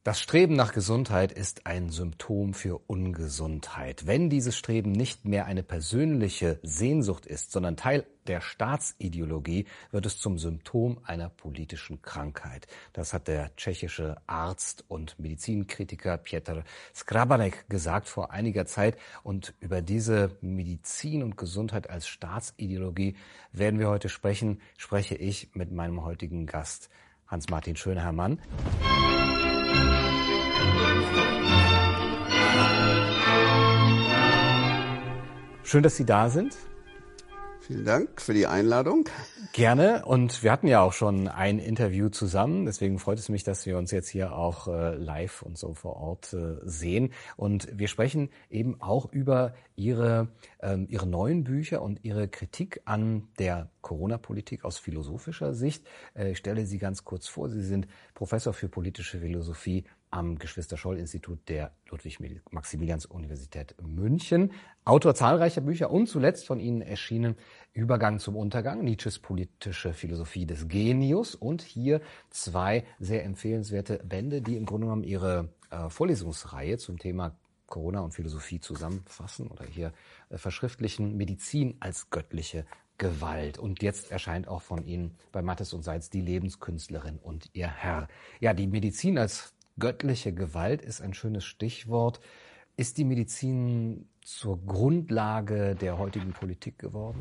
Das Streben nach Gesundheit ist ein Symptom für Ungesundheit. Wenn dieses Streben nicht mehr eine persönliche Sehnsucht ist, sondern Teil der Staatsideologie, wird es zum Symptom einer politischen Krankheit. Das hat der tschechische Arzt und Medizinkritiker Petr Škrabanek gesagt vor einiger Zeit. Und über diese Medizin und Gesundheit als Staatsideologie werden wir heute sprechen. Spreche ich mit meinem heutigen Gast Hans-Martin Schönherrmann. Schön, dass Sie da sind. Vielen Dank für die Einladung. Gerne. Und wir hatten ja auch schon ein Interview zusammen. Deswegen freut es mich, dass wir uns jetzt hier auch live und so vor Ort sehen. Und wir sprechen eben auch über Ihre neuen Bücher und Ihre Kritik an der Corona-Politik aus philosophischer Sicht. Ich stelle Sie ganz kurz vor. Sie sind Professor für politische Philosophie am Geschwister-Scholl-Institut der Ludwig-Maximilians-Universität München. Autor zahlreicher Bücher und zuletzt von Ihnen erschienen Übergang zum Untergang, Nietzsches politische Philosophie des Genius und hier zwei sehr empfehlenswerte Bände, die im Grunde genommen Ihre Vorlesungsreihe zum Thema Corona und Philosophie zusammenfassen oder hier verschriftlichen: Medizin als göttliche Gewalt. Und jetzt erscheint auch von Ihnen bei Mattes und Seitz Die Lebenskünstlerin und ihr Herr. Ja, die Medizin als göttliche Gewalt ist ein schönes Stichwort. Ist die Medizin zur Grundlage der heutigen Politik geworden?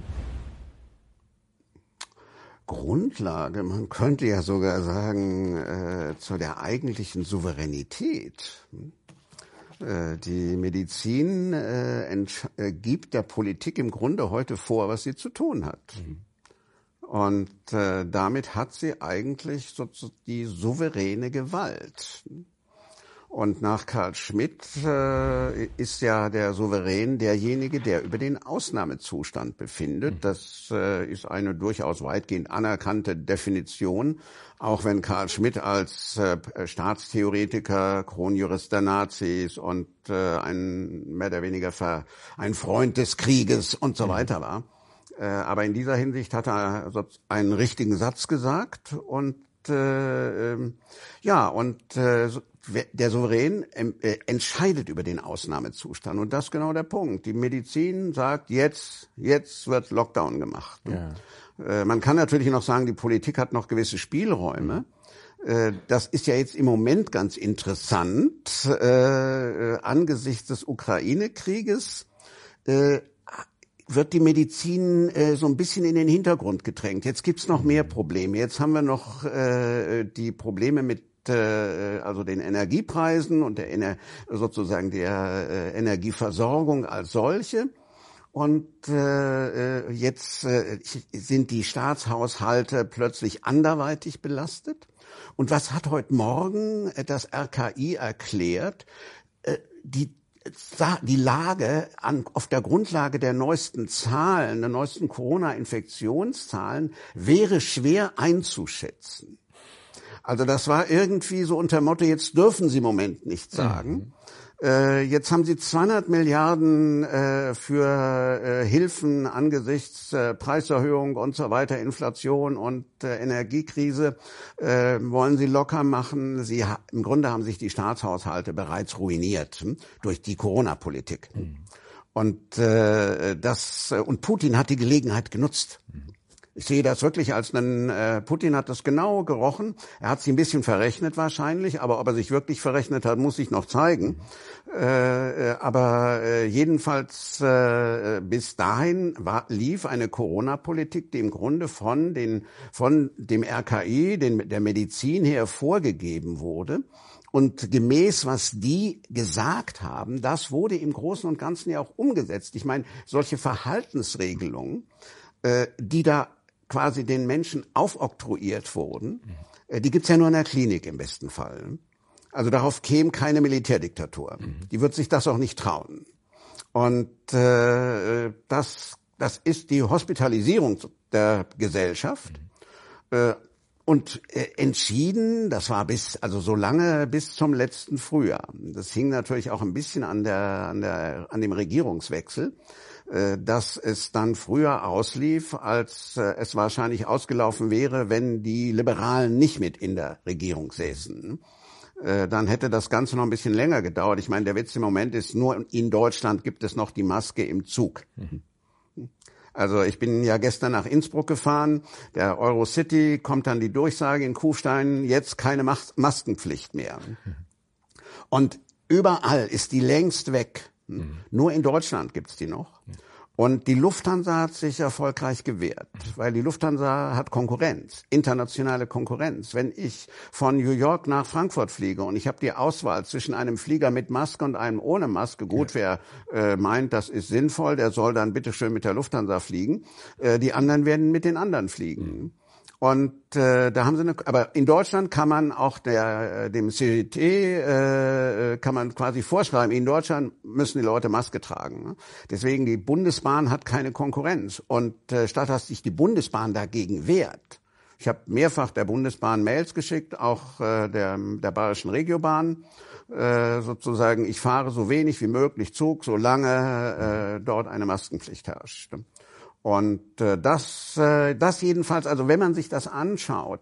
Grundlage, man könnte ja sogar sagen, zu der eigentlichen Souveränität. Die Medizin gibt der Politik im Grunde heute vor, was sie zu tun hat. Und damit hat sie eigentlich sozusagen die souveräne Gewalt. Und nach Carl Schmitt ist ja der Souverän derjenige, der über den Ausnahmezustand befindet. Das ist eine durchaus weitgehend anerkannte Definition, auch wenn Carl Schmitt als Staatstheoretiker, Kronjurist der Nazis und mehr oder weniger ein Freund des Krieges und so weiter war. Aber in dieser Hinsicht hat er einen richtigen Satz gesagt und der Souverän entscheidet über den Ausnahmezustand. Und das ist genau der Punkt. Die Medizin sagt, jetzt wird Lockdown gemacht. Ja. Man kann natürlich noch sagen, die Politik hat noch gewisse Spielräume. Das ist ja jetzt im Moment ganz interessant. Angesichts des Ukraine-Krieges wird die Medizin so ein bisschen in den Hintergrund gedrängt. Jetzt gibt's noch mehr Probleme. Jetzt haben wir noch die Probleme mit also den Energiepreisen und der Energieversorgung als solche. Und jetzt sind die Staatshaushalte plötzlich anderweitig belastet. Und was hat heute Morgen das RKI erklärt? Die Lage auf der Grundlage der neuesten Zahlen, der neuesten Corona-Infektionszahlen, wäre schwer einzuschätzen. Also das war irgendwie so unter Motto, jetzt dürfen Sie im Moment nicht sagen. Jetzt haben Sie 200 Milliarden für Hilfen angesichts Preiserhöhung und so weiter, Inflation und Energiekrise, wollen Sie locker machen. Im Grunde haben sich die Staatshaushalte bereits ruiniert durch die Corona-Politik. Und Putin hat die Gelegenheit genutzt. Ich sehe das wirklich als Putin hat das genau gerochen. Er hat sich ein bisschen verrechnet wahrscheinlich, aber ob er sich wirklich verrechnet hat, muss ich noch zeigen. Aber jedenfalls bis dahin lief eine Corona-Politik, die im Grunde von dem RKI, der Medizin her vorgegeben wurde. Und gemäß, was die gesagt haben, das wurde im Großen und Ganzen ja auch umgesetzt. Ich meine, solche Verhaltensregelungen, die da quasi den Menschen aufoktroyiert wurden, die gibt's ja nur in der Klinik im besten Fall. Also darauf käme keine Militärdiktatur. Die wird sich das auch nicht trauen. Und das ist die Hospitalisierung der Gesellschaft. Und entschieden, das war so lange bis zum letzten Frühjahr. Das hing natürlich auch ein bisschen an dem Regierungswechsel, dass es dann früher auslief, als es wahrscheinlich ausgelaufen wäre, wenn die Liberalen nicht mit in der Regierung säßen. dann hätte das Ganze noch ein bisschen länger gedauert. Ich meine, der Witz im Moment ist, nur in Deutschland gibt es noch die Maske im Zug. Also ich bin ja gestern nach Innsbruck gefahren, der Eurocity, kommt dann die Durchsage in Kufstein, jetzt keine Maskenpflicht mehr. Und überall ist die längst weg. Nur in Deutschland gibt's die noch. Und die Lufthansa hat sich erfolgreich gewehrt, weil die Lufthansa hat Konkurrenz, internationale Konkurrenz. Wenn ich von New York nach Frankfurt fliege und ich habe die Auswahl zwischen einem Flieger mit Maske und einem ohne Maske, gut, wer meint, das ist sinnvoll, der soll dann bitteschön mit der Lufthansa fliegen. Die anderen werden mit den anderen fliegen. Und da haben sie aber in Deutschland kann man auch dem CGT kann man quasi vorschreiben, in Deutschland müssen die Leute Maske tragen. Ne? Deswegen die Bundesbahn hat keine Konkurrenz. Und statt dass sich die Bundesbahn dagegen wehrt, ich habe mehrfach der Bundesbahn Mails geschickt, auch der Bayerischen Regiobahn, sozusagen, ich fahre so wenig wie möglich Zug, solange dort eine Maskenpflicht herrscht. Und das jedenfalls, also wenn man sich das anschaut,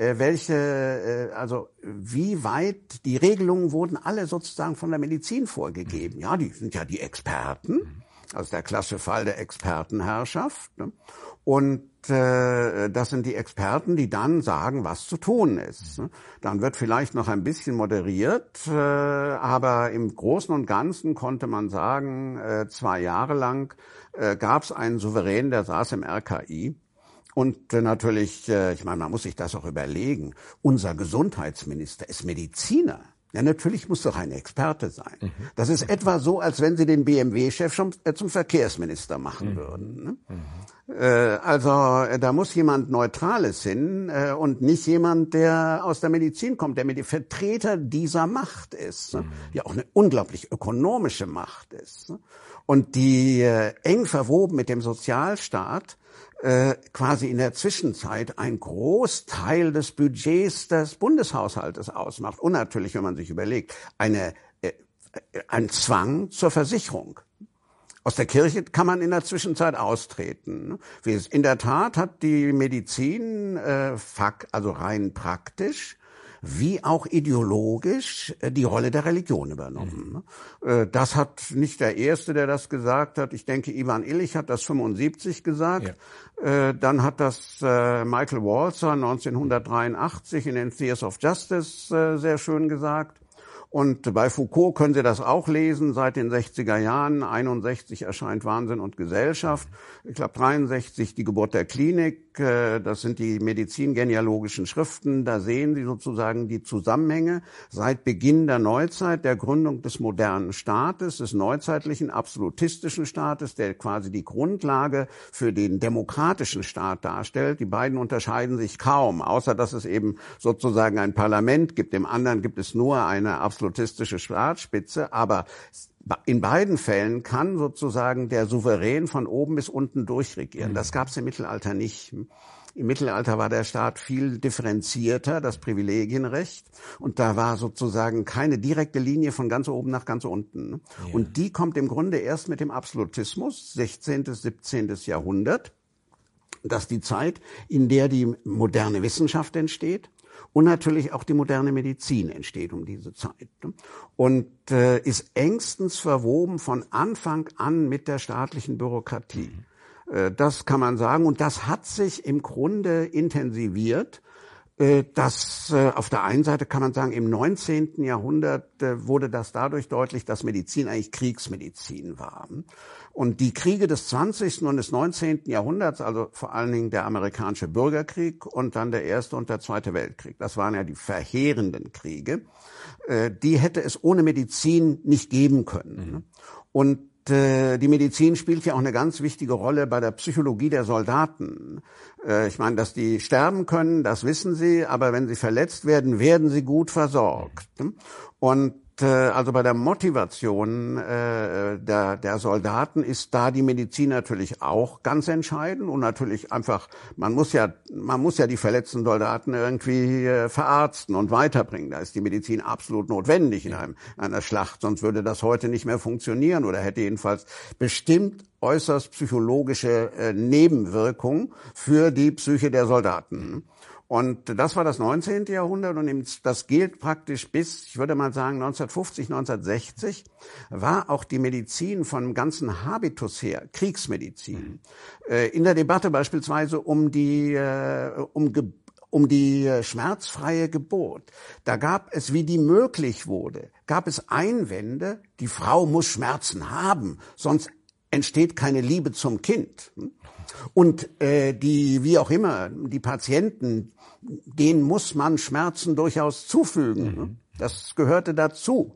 wie weit die Regelungen wurden alle sozusagen von der Medizin vorgegeben. Ja, die sind ja die Experten, also der klassische Fall der Expertenherrschaft. Ne? Und das sind die Experten, die dann sagen, was zu tun ist. Ne? Dann wird vielleicht noch ein bisschen moderiert, aber im Großen und Ganzen konnte man sagen, 2 Jahre lang gab es einen Souverän, der saß im RKI. Und natürlich, ich meine, man muss sich das auch überlegen, unser Gesundheitsminister ist Mediziner. Ja, natürlich muss doch ein Experte sein. Das ist etwa so, als wenn Sie den BMW-Chef schon zum Verkehrsminister machen würden. Ne? Also da muss jemand Neutrales hin und nicht jemand, der aus der Medizin kommt, der Vertreter dieser Macht ist. Ne? Ja, auch eine unglaublich ökonomische Macht ist. Ne? Und die eng verwoben mit dem Sozialstaat quasi in der Zwischenzeit ein Großteil des Budgets des Bundeshaushaltes ausmacht. Und natürlich, wenn man sich überlegt, ein Zwang zur Versicherung. Aus der Kirche kann man in der Zwischenzeit austreten. In der Tat hat die Medizin, also rein praktisch, wie auch ideologisch die Rolle der Religion übernommen. Das hat nicht der Erste, der das gesagt hat. Ich denke, Ivan Illich hat das 75 gesagt. Ja. Dann hat das Michael Walzer 1983 in den Theories of Justice sehr schön gesagt. Und bei Foucault können Sie das auch lesen, seit den 60er Jahren. 61 erscheint Wahnsinn und Gesellschaft. Ich glaube 63 die Geburt der Klinik. Das sind die medizingenealogischen Schriften. Da sehen Sie sozusagen die Zusammenhänge seit Beginn der Neuzeit, der Gründung des modernen Staates, des neuzeitlichen absolutistischen Staates, der quasi die Grundlage für den demokratischen Staat darstellt. Die beiden unterscheiden sich kaum, außer dass es eben sozusagen ein Parlament gibt. Im anderen gibt es nur eine absolutistische Staatsspitze, aber in beiden Fällen kann sozusagen der Souverän von oben bis unten durchregieren. Das gab es im Mittelalter nicht. Im Mittelalter war der Staat viel differenzierter, das Privilegienrecht, und da war sozusagen keine direkte Linie von ganz oben nach ganz unten. Ja. Und die kommt im Grunde erst mit dem Absolutismus, 16., 17. Jahrhundert. Das ist die Zeit, in der die moderne Wissenschaft entsteht. Und natürlich auch die moderne Medizin entsteht um diese Zeit. Und ist engstens verwoben von Anfang an mit der staatlichen Bürokratie. Das kann man sagen. Und das hat sich im Grunde intensiviert. Das auf der einen Seite kann man sagen, im 19. Jahrhundert wurde das dadurch deutlich, dass Medizin eigentlich Kriegsmedizin war. Und die Kriege des 20. und des 19. Jahrhunderts, also vor allen Dingen der amerikanische Bürgerkrieg und dann der Erste und der Zweite Weltkrieg, das waren ja die verheerenden Kriege, die hätte es ohne Medizin nicht geben können. Und die Medizin spielt ja auch eine ganz wichtige Rolle bei der Psychologie der Soldaten. Ich meine, dass die sterben können, das wissen sie, aber wenn sie verletzt werden, werden sie gut versorgt. Und also bei der Motivation der Soldaten ist da die Medizin natürlich auch ganz entscheidend und natürlich einfach, man muss ja die verletzten Soldaten irgendwie verarzten und weiterbringen. Da ist die Medizin absolut notwendig in einer Schlacht, sonst würde das heute nicht mehr funktionieren oder hätte jedenfalls bestimmt äußerst psychologische Nebenwirkungen für die Psyche der Soldaten. Und das war das 19. Jahrhundert und das gilt praktisch bis, ich würde mal sagen, 1950, 1960 war auch die Medizin vom ganzen Habitus her, Kriegsmedizin, in der Debatte beispielsweise um die schmerzfreie Geburt. Da gab es, wie die möglich wurde, gab es Einwände, die Frau muss Schmerzen haben, sonst entsteht keine Liebe zum Kind. Und wie auch immer, die Patienten, denen muss man Schmerzen durchaus zufügen. Das gehörte dazu.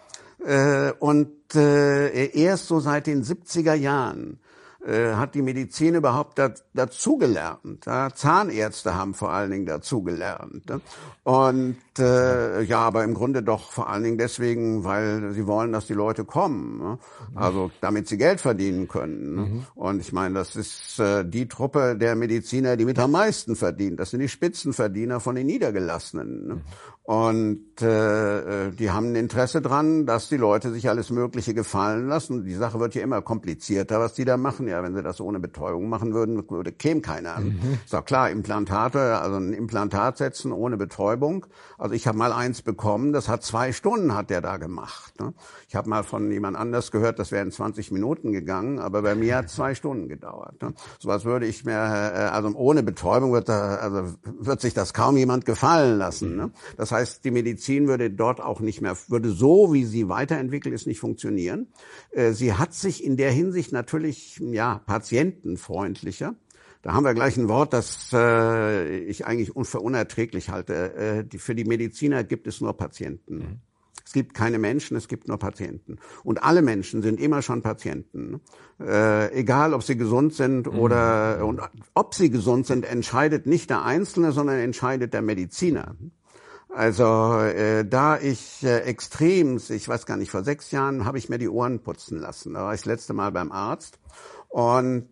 Erst so seit den 70er Jahren hat die Medizin überhaupt dazugelernt. Zahnärzte haben vor allen Dingen dazugelernt. Und aber im Grunde doch vor allen Dingen deswegen, weil sie wollen, dass die Leute kommen. Also damit sie Geld verdienen können. Und ich meine, das ist die Truppe der Mediziner, die mit am meisten verdient. Das sind die Spitzenverdiener von den Niedergelassenen. Und die haben ein Interesse dran, dass die Leute sich alles Mögliche gefallen lassen. Die Sache wird ja immer komplizierter, was die da machen. Ja, wenn sie das ohne Betäubung machen würden, käme keiner an. Ist doch klar, Implantate, also ein Implantat setzen ohne Betäubung. Also ich habe mal eins bekommen, das hat 2 Stunden hat der da gemacht. Ne? Ich habe mal von jemand anders gehört, das wären 20 Minuten gegangen, aber bei mir hat 2 Stunden gedauert. Ne? Sowas würde ich mir, also ohne Betäubung wird sich das kaum jemand gefallen lassen. Ne? Das heißt, die Medizin würde dort auch nicht mehr, würde so, wie sie weiterentwickelt ist, nicht funktionieren. Sie hat sich in der Hinsicht natürlich, patientenfreundlicher. Da haben wir gleich ein Wort, das ich eigentlich für unerträglich halte. Für die Mediziner gibt es nur Patienten. Es gibt keine Menschen, es gibt nur Patienten. Und alle Menschen sind immer schon Patienten. Egal, ob sie gesund sind oder und ob sie gesund sind, entscheidet nicht der Einzelne, sondern entscheidet der Mediziner. Also da ich ich weiß gar nicht, vor 6 Jahren habe ich mir die Ohren putzen lassen. Da war ich das letzte Mal beim Arzt. Und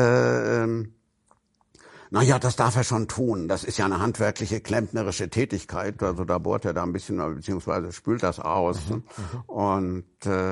das darf er schon tun. Das ist ja eine handwerkliche, klempnerische Tätigkeit. Also da bohrt er da ein bisschen, beziehungsweise spült das aus. Und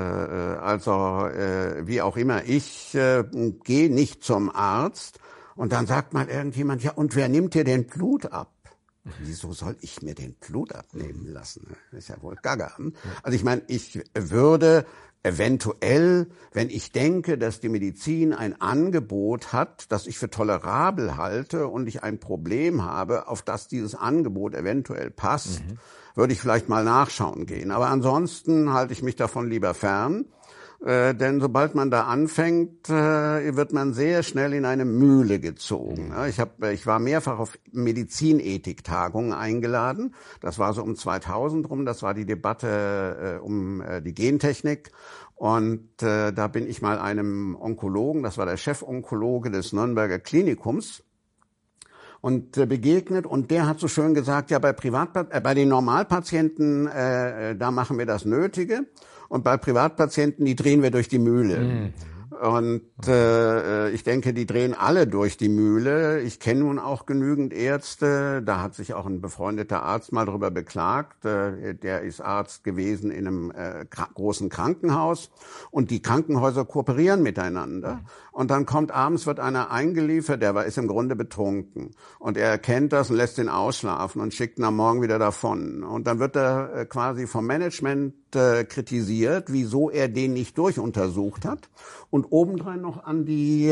wie auch immer, ich gehe nicht zum Arzt. Und dann sagt mal irgendjemand, ja, und wer nimmt dir denn Blut ab? Wieso soll ich mir den Blut abnehmen lassen? Das ist ja wohl gaga. Also ich meine, ich würde eventuell, wenn ich denke, dass die Medizin ein Angebot hat, das ich für tolerabel halte und ich ein Problem habe, auf das dieses Angebot eventuell passt, würde ich vielleicht mal nachschauen gehen. Aber ansonsten halte ich mich davon lieber fern. Denn sobald man da anfängt, wird man sehr schnell in eine Mühle gezogen. Ich war mehrfach auf Medizinethik-Tagungen eingeladen. Das war so um 2000 rum. Das war die Debatte um die Gentechnik. Und da bin ich mal einem Onkologen, das war der Chefonkologe des Nürnberger Klinikums, und begegnet, und der hat so schön gesagt, ja, bei den Normalpatienten, da machen wir das Nötige. Und bei Privatpatienten, die drehen wir durch die Mühle. Und ich denke, die drehen alle durch die Mühle. Ich kenne nun auch genügend Ärzte. Da hat sich auch ein befreundeter Arzt mal drüber beklagt. Der ist Arzt gewesen in einem großen Krankenhaus. Und die Krankenhäuser kooperieren miteinander. Und dann wird einer eingeliefert, der ist im Grunde betrunken. Und er erkennt das und lässt ihn ausschlafen und schickt ihn am Morgen wieder davon. Und dann wird er quasi vom Management kritisiert, wieso er den nicht durchuntersucht hat und obendrein noch an die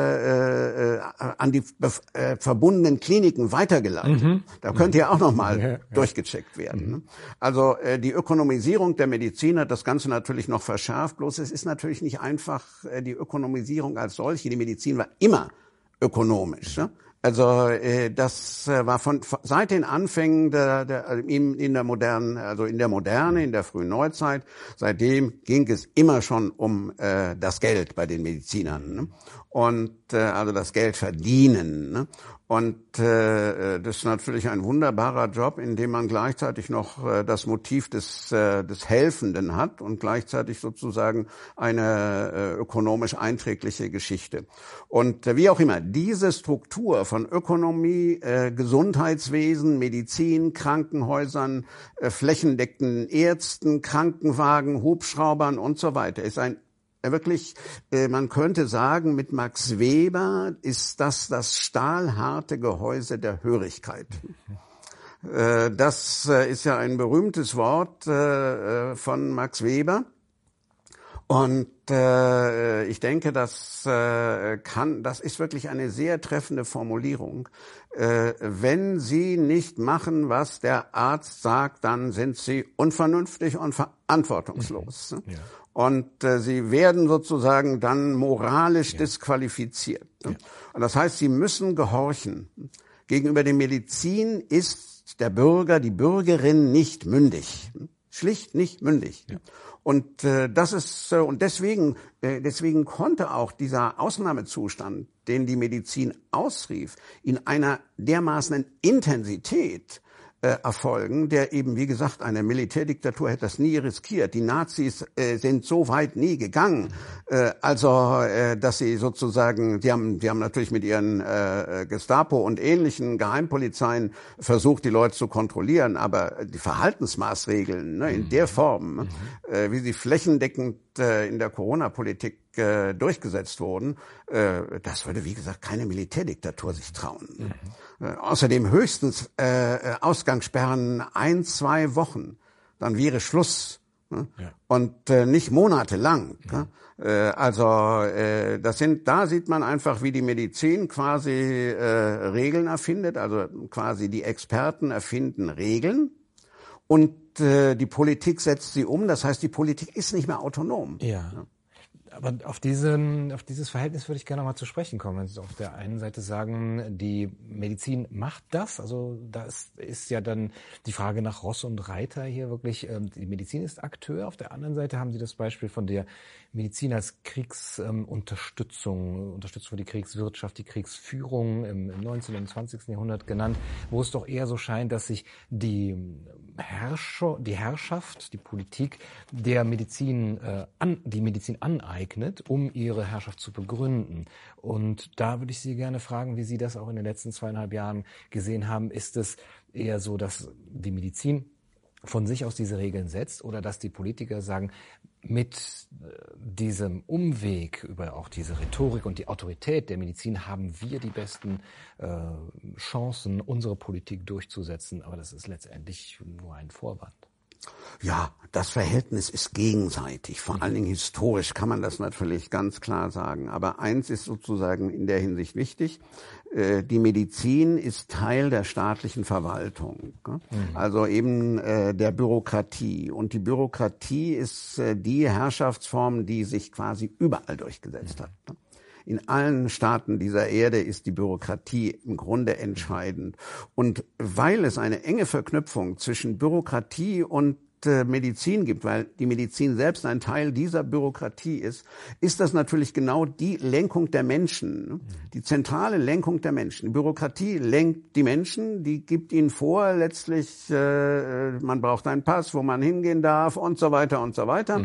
verbundenen Kliniken weitergeleitet. Da könnte ja auch noch mal durchgecheckt werden. Also die Ökonomisierung der Medizin hat das Ganze natürlich noch verschärft. Bloß es ist natürlich nicht einfach die Ökonomisierung als solche. Die Medizin war immer ökonomisch. Also das war seit den Anfängen in der Moderne, in der frühen Neuzeit, seitdem ging es immer schon um das Geld bei den Medizinern, ne? Und also das Geld verdienen, ne? Und das ist natürlich ein wunderbarer Job, in dem man gleichzeitig noch das Motiv des Helfenden hat und gleichzeitig sozusagen eine ökonomisch einträgliche Geschichte. Und wie auch immer, diese Struktur von Ökonomie, Gesundheitswesen, Medizin, Krankenhäusern, flächendeckenden Ärzten, Krankenwagen, Hubschraubern und so weiter ist ein wirklich, man könnte sagen, mit Max Weber ist das stahlharte Gehäuse der Hörigkeit. Das ist ja ein berühmtes Wort von Max Weber. Und ich denke, das ist wirklich eine sehr treffende Formulierung. Wenn Sie nicht machen, was der Arzt sagt, dann sind Sie unvernünftig und verantwortungslos. Ja. Und Sie werden sozusagen dann moralisch disqualifiziert. Ja. Und das heißt, Sie müssen gehorchen. Gegenüber der Medizin ist der Bürger, die Bürgerin nicht mündig. Schlicht nicht mündig. Ja. Und das ist und deswegen konnte auch dieser Ausnahmezustand, den die Medizin ausrief, in einer dermaßenen Intensität erfolgen, der eben, wie gesagt, eine Militärdiktatur hätte das nie riskiert. Die Nazis sind so weit nie gegangen, dass sie sozusagen, die haben natürlich mit ihren Gestapo und ähnlichen Geheimpolizeien versucht, die Leute zu kontrollieren, aber die Verhaltensmaßregeln, ne, in der Form, wie sie flächendeckend in der Corona-Politik durchgesetzt wurden, das würde, wie gesagt, keine Militärdiktatur sich trauen. Außerdem höchstens Ausgangssperren 1-2 Wochen, dann wäre Schluss. Ne? Ja. Und nicht monatelang. Ja. Ne? Da sieht man einfach, wie die Medizin quasi Regeln erfindet, also quasi die Experten erfinden Regeln und die Politik setzt sie um. Das heißt, die Politik ist nicht mehr autonom. Ja. Ja. Aber auf dieses Verhältnis würde ich gerne noch mal zu sprechen kommen. Wenn Sie auf der einen Seite sagen, die Medizin macht das, also da ist ja dann die Frage nach Ross und Reiter hier wirklich, die Medizin ist Akteur. Auf der anderen Seite haben Sie das Beispiel von der Medizin als Unterstützung für die Kriegswirtschaft, die Kriegsführung im 19. und 20. Jahrhundert genannt, wo es doch eher so scheint, dass sich die Herrschaft, die Politik der Medizin aneignet, um ihre Herrschaft zu begründen. Und da würde ich Sie gerne fragen, wie Sie das auch in den letzten 2,5 Jahren gesehen haben. Ist es eher so, dass die Medizin von sich aus diese Regeln setzt oder dass die Politiker sagen, mit diesem Umweg über auch diese Rhetorik und die Autorität der Medizin haben wir die besten Chancen, unsere Politik durchzusetzen, aber das ist letztendlich nur ein Vorwand. Ja, das Verhältnis ist gegenseitig. Vor allen Dingen historisch kann man das natürlich ganz klar sagen. Aber eins ist sozusagen in der Hinsicht wichtig. Die Medizin ist Teil der staatlichen Verwaltung. Also eben der Bürokratie. Und die Bürokratie ist die Herrschaftsform, die sich quasi überall durchgesetzt hat. In allen Staaten dieser Erde ist die Bürokratie im Grunde entscheidend. Und weil es eine enge Verknüpfung zwischen Bürokratie und Medizin gibt, weil die Medizin selbst ein Teil dieser Bürokratie ist das natürlich genau die Lenkung der Menschen, die zentrale Lenkung der Menschen. Die Bürokratie lenkt die Menschen, die gibt ihnen vor, letztlich, man braucht einen Pass, wo man hingehen darf und so weiter und so weiter.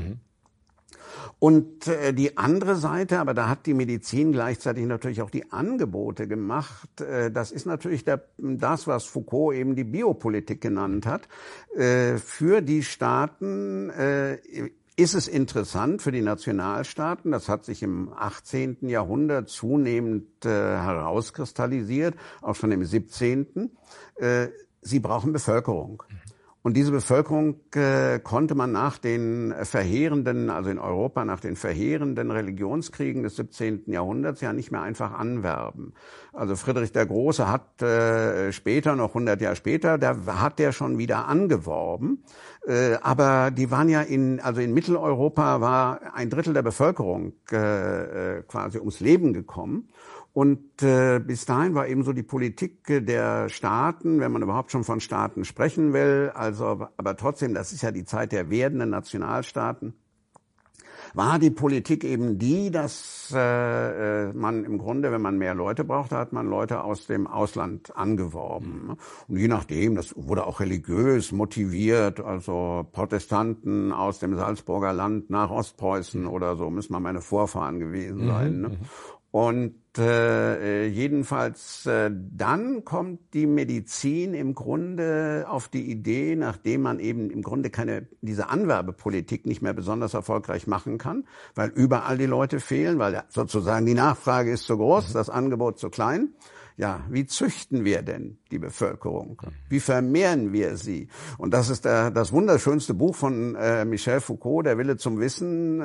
Und die andere Seite, aber da hat die Medizin gleichzeitig natürlich auch die Angebote gemacht. Das ist natürlich das, was Foucault eben die Biopolitik genannt hat. Für die Staaten ist es interessant, für die Nationalstaaten, das hat sich im 18. Jahrhundert zunehmend herauskristallisiert, auch schon im 17. Sie brauchen Bevölkerung. Und diese Bevölkerung konnte man nach den verheerenden, also in Europa nach den verheerenden Religionskriegen des 17. Jahrhunderts ja nicht mehr einfach anwerben. Also Friedrich der Große hat später, noch 100 Jahre später, hat der schon wieder angeworben. Aber die waren ja in Mitteleuropa war 1/3 der Bevölkerung quasi ums Leben gekommen. Und bis dahin war eben so die Politik der Staaten, wenn man überhaupt schon von Staaten sprechen will, aber trotzdem, das ist ja die Zeit der werdenden Nationalstaaten, war die Politik eben die, dass man im Grunde, wenn man mehr Leute brauchte, hat man Leute aus dem Ausland angeworben. Und je nachdem, das wurde auch religiös motiviert, also Protestanten aus dem Salzburger Land nach Ostpreußen oder so, müssen mal meine Vorfahren gewesen sein. Ne? Und jedenfalls dann kommt die Medizin im Grunde auf die Idee, nachdem man eben im Grunde diese Anwerbepolitik nicht mehr besonders erfolgreich machen kann, weil überall die Leute fehlen, weil sozusagen die Nachfrage ist zu groß, das Angebot zu klein. Ja, wie züchten wir denn die Bevölkerung? Wie vermehren wir sie? Und das ist das wunderschönste Buch von Michel Foucault, Der Wille zum Wissen,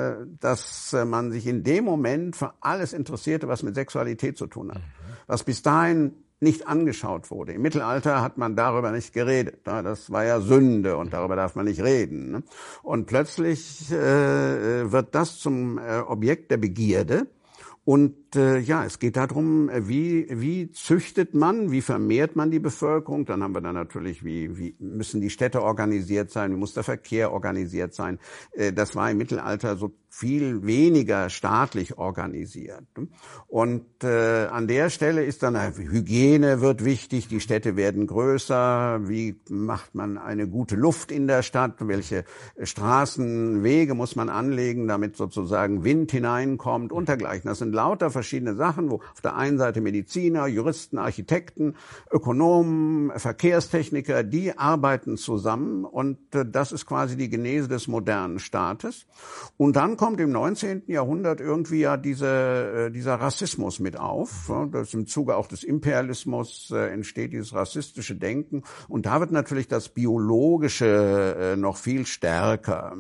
dass man sich in dem Moment für alles interessierte, was mit Sexualität zu tun hat. Was bis dahin nicht angeschaut wurde. Im Mittelalter hat man darüber nicht geredet. Das war ja Sünde und darüber darf man nicht reden. Und plötzlich wird das zum Objekt der Begierde. Und es geht darum, wie züchtet man, wie vermehrt man die Bevölkerung. Dann haben wir dann natürlich, wie müssen die Städte organisiert sein, wie muss der Verkehr organisiert sein. Das war im Mittelalter so viel weniger staatlich organisiert. Und an der Stelle ist dann Hygiene wird wichtig, die Städte werden größer. Wie macht man eine gute Luft in der Stadt? Welche Straßen, Wege muss man anlegen, damit sozusagen Wind hineinkommt und dergleichen. Das sind lauter verschiedene Sachen, wo auf der einen Seite Mediziner, Juristen, Architekten, Ökonomen, Verkehrstechniker, die arbeiten zusammen und das ist quasi die Genese des modernen Staates. Und dann kommt im 19. Jahrhundert irgendwie ja dieser Rassismus mit auf. Das im Zuge auch des Imperialismus entsteht dieses rassistische Denken und da wird natürlich das Biologische noch viel stärker.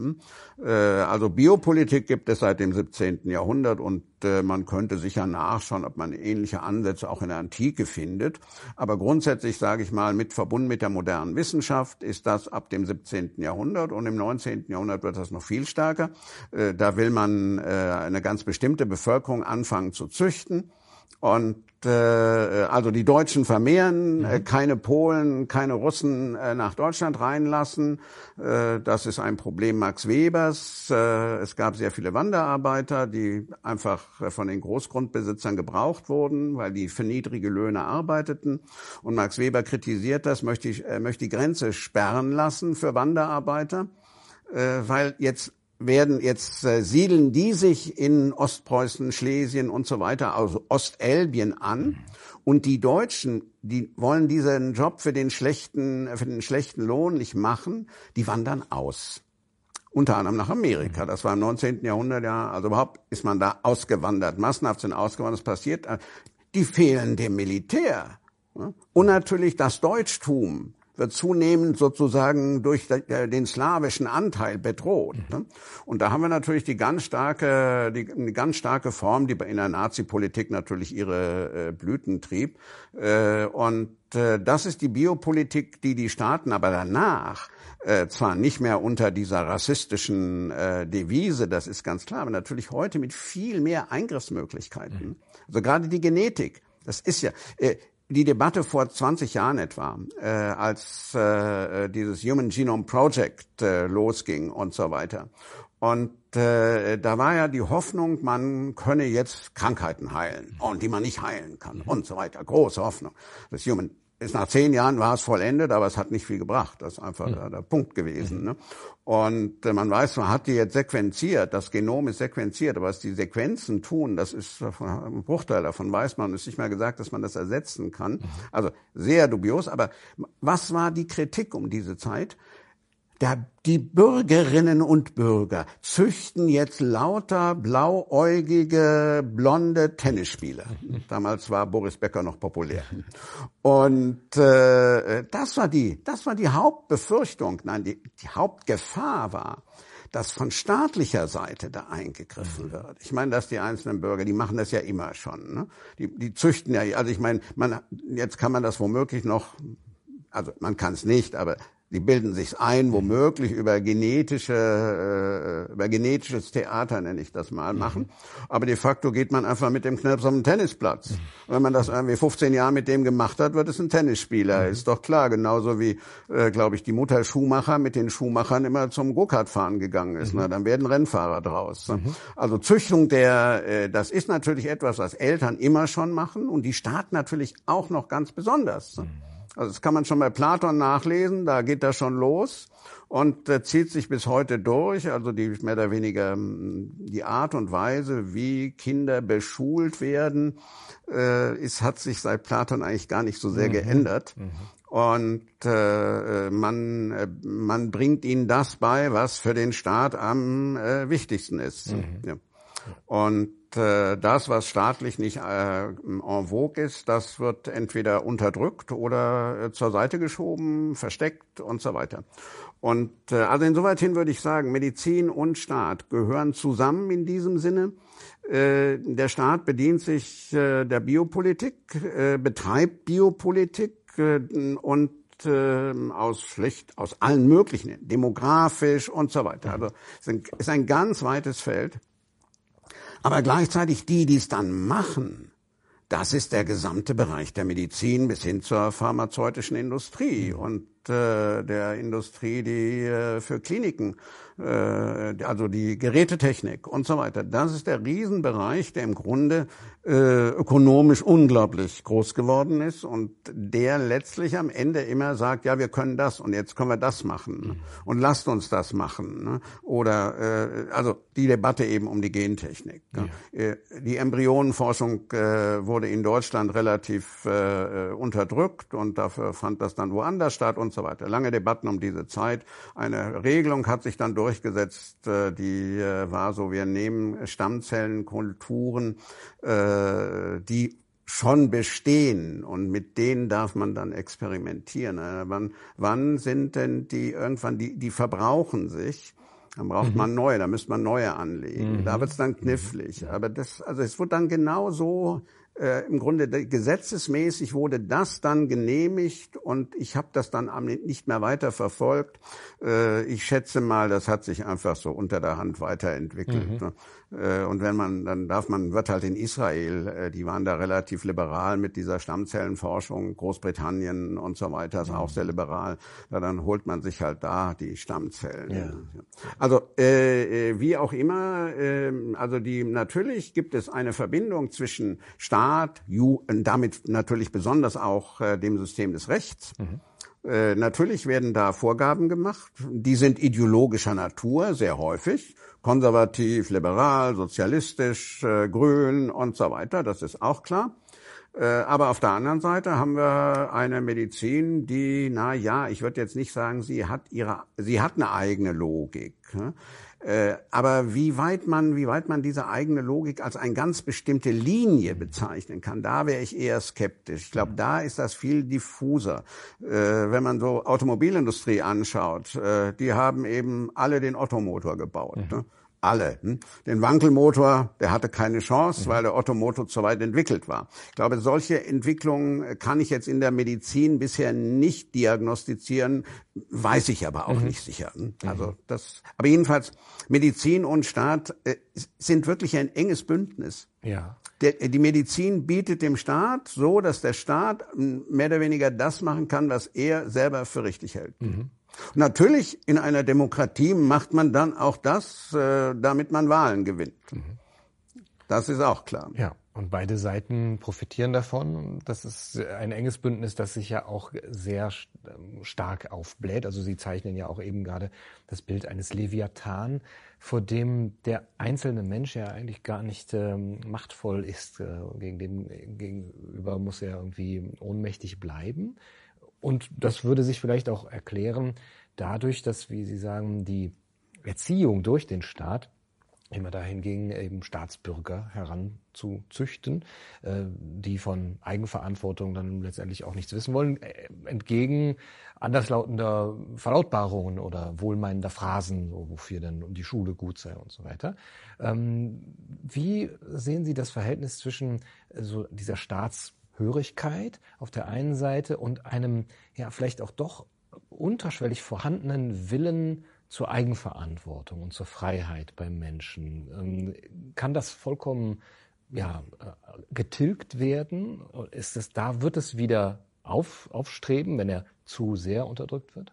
Also Biopolitik gibt es seit dem 17. Jahrhundert und man könnte sicher nachschauen, ob man ähnliche Ansätze auch in der Antike findet. Aber grundsätzlich, sage ich mal, verbunden mit der modernen Wissenschaft ist das ab dem 17. Jahrhundert und im 19. Jahrhundert wird das noch viel stärker. Da will man eine ganz bestimmte Bevölkerung anfangen zu züchten. Und also die Deutschen vermehren, keine Polen, keine Russen nach Deutschland reinlassen. Das ist ein Problem Max Webers. Es gab sehr viele Wanderarbeiter, die einfach von den Großgrundbesitzern gebraucht wurden, weil die für niedrige Löhne arbeiteten. Und Max Weber kritisiert das, möchte die Grenze sperren lassen für Wanderarbeiter, weil jetzt siedeln die sich in Ostpreußen, Schlesien und so weiter, also Ostelbien an. Und die Deutschen, die wollen diesen Job für den schlechten Lohn nicht machen, die wandern aus. Unter anderem nach Amerika. Das war im 19. Jahrhundert, ja, also überhaupt ist man da ausgewandert. Massenhaft sind ausgewandert, das passiert. Die fehlen dem Militär. Und natürlich das Deutschtum wird zunehmend sozusagen durch den slawischen Anteil bedroht. Und da haben wir natürlich die ganz starke Form, die in der Nazi-Politik natürlich ihre Blüten trieb. Und das ist die Biopolitik, die Staaten aber danach zwar nicht mehr unter dieser rassistischen Devise, das ist ganz klar, aber natürlich heute mit viel mehr Eingriffsmöglichkeiten. Also gerade die Genetik, das ist ja die Debatte vor 20 Jahren etwa, als dieses Human Genome Project losging und so weiter. Und da war ja die Hoffnung, man könne jetzt Krankheiten heilen und die man nicht heilen kann und so weiter. Große Hoffnung. Das Human ist nach 10 Jahren war es vollendet, aber es hat nicht viel gebracht. Das ist einfach der Punkt gewesen. Ne? Und man weiß, man hat die jetzt sequenziert, das Genom ist sequenziert, aber was die Sequenzen tun, das ist ein Bruchteil davon, weiß man, es ist nicht mehr gesagt, dass man das ersetzen kann. Also sehr dubios, aber was war die Kritik um diese Zeit? Die Bürgerinnen und Bürger züchten jetzt lauter blauäugige, blonde Tennisspieler. Damals war Boris Becker noch populär. Und das war die Hauptbefürchtung. Nein, die Hauptgefahr war, dass von staatlicher Seite da eingegriffen wird. Ich meine, dass die einzelnen Bürger, die machen das ja immer schon. Ne? Die züchten ja, also ich meine, jetzt kann man das womöglich noch, also man kann es nicht, aber die bilden sich's ein, womöglich über genetisches Theater, nenne ich das mal, machen. Aber de facto geht man einfach mit dem Knirps auf den Tennisplatz. Und wenn man das irgendwie 15 Jahre mit dem gemacht hat, wird es ein Tennisspieler. Ist doch klar. Genauso wie, glaube ich, die Mutter Schumacher mit den Schuhmachern immer zum Go-Kart-Fahren gegangen ist. Na, dann werden Rennfahrer draus. Also Züchtung das ist natürlich etwas, was Eltern immer schon machen und die Staaten natürlich auch noch ganz besonders. Also das kann man schon bei Platon nachlesen, da geht das schon los und zieht sich bis heute durch. Also die mehr oder weniger die Art und Weise, wie Kinder beschult werden, hat sich seit Platon eigentlich gar nicht so sehr geändert. Und man bringt ihnen das bei, was für den Staat am wichtigsten ist. Ja. Und das, was staatlich nicht en vogue ist, das wird entweder unterdrückt oder zur Seite geschoben, versteckt und so weiter. Und also insoweit hin würde ich sagen, Medizin und Staat gehören zusammen in diesem Sinne. Der Staat bedient sich der Biopolitik, betreibt Biopolitik und aus allen möglichen, demografisch und so weiter. Also es ist ein ganz weites Feld. Aber gleichzeitig die es dann machen, das ist der gesamte Bereich der Medizin bis hin zur pharmazeutischen Industrie und der Industrie, die für Kliniken, also die Gerätetechnik und so weiter. Das ist der Riesenbereich, der im Grunde ökonomisch unglaublich groß geworden ist und der letztlich am Ende immer sagt, ja, wir können das und jetzt können wir das machen und lasst uns das machen. Ne? Oder also die Debatte eben um die Gentechnik. Ja. Die Embryonenforschung wurde in Deutschland relativ unterdrückt und dafür fand das dann woanders statt und so weiter. Lange Debatten um diese Zeit. Eine Regelung hat sich dann durchgesetzt, die war so, wir nehmen Stammzellenkulturen, die schon bestehen und mit denen darf man dann experimentieren. Wann sind denn die verbrauchen sich? Dann braucht man neue, da müsste man neue anlegen. Da wird es dann knifflig. Aber es wird dann genau so, im Grunde gesetzesmäßig wurde das dann genehmigt und ich habe das dann nicht mehr weiter verfolgt. Ich schätze mal, das hat sich einfach so unter der Hand weiterentwickelt. Und wenn man, dann wird halt in Israel, die waren da relativ liberal mit dieser Stammzellenforschung, Großbritannien und so weiter ist auch sehr liberal. Dann holt man sich halt da die Stammzellen. Ja. Also wie auch immer, natürlich gibt es eine Verbindung zwischen Staat, und damit natürlich besonders auch dem System des Rechts. Natürlich werden da Vorgaben gemacht, die sind ideologischer Natur, sehr häufig, konservativ, liberal, sozialistisch, grün und so weiter, das ist auch klar. Aber auf der anderen Seite haben wir eine Medizin, die, ich würde jetzt nicht sagen, sie hat eine eigene Logik. Aber wie weit man diese eigene Logik als eine ganz bestimmte Linie bezeichnen kann, da wäre ich eher skeptisch. Ich glaube, da ist das viel diffuser. Wenn man so Automobilindustrie anschaut, die haben eben alle den Ottomotor gebaut. Ne? Alle. Den Wankelmotor, der hatte keine Chance, weil der Ottomotor zu weit entwickelt war. Ich glaube, solche Entwicklungen kann ich jetzt in der Medizin bisher nicht diagnostizieren, weiß ich aber auch nicht sicher. Also aber jedenfalls, Medizin und Staat sind wirklich ein enges Bündnis. Ja. Die Medizin bietet dem Staat so, dass der Staat mehr oder weniger das machen kann, was er selber für richtig hält. Natürlich, in einer Demokratie macht man dann auch das, damit man Wahlen gewinnt. Das ist auch klar. Ja, und beide Seiten profitieren davon. Das ist ein enges Bündnis, das sich ja auch sehr stark aufbläht. Also Sie zeichnen ja auch eben gerade das Bild eines Leviathan, vor dem der einzelne Mensch ja eigentlich gar nicht machtvoll ist. Gegenüber muss er irgendwie ohnmächtig bleiben. Und das würde sich vielleicht auch erklären dadurch, dass, wie Sie sagen, die Erziehung durch den Staat immer dahin ging, eben Staatsbürger heranzuzüchten, die von Eigenverantwortung dann letztendlich auch nichts wissen wollen, entgegen anderslautender Verlautbarungen oder wohlmeinender Phrasen, wofür denn die Schule gut sei und so weiter. Wie sehen Sie das Verhältnis zwischen so dieser Staatshörigkeit auf der einen Seite und einem vielleicht auch doch unterschwellig vorhandenen Willen zur Eigenverantwortung und zur Freiheit beim Menschen? Kann das vollkommen getilgt werden? Wird es wieder aufstreben, wenn er zu sehr unterdrückt wird?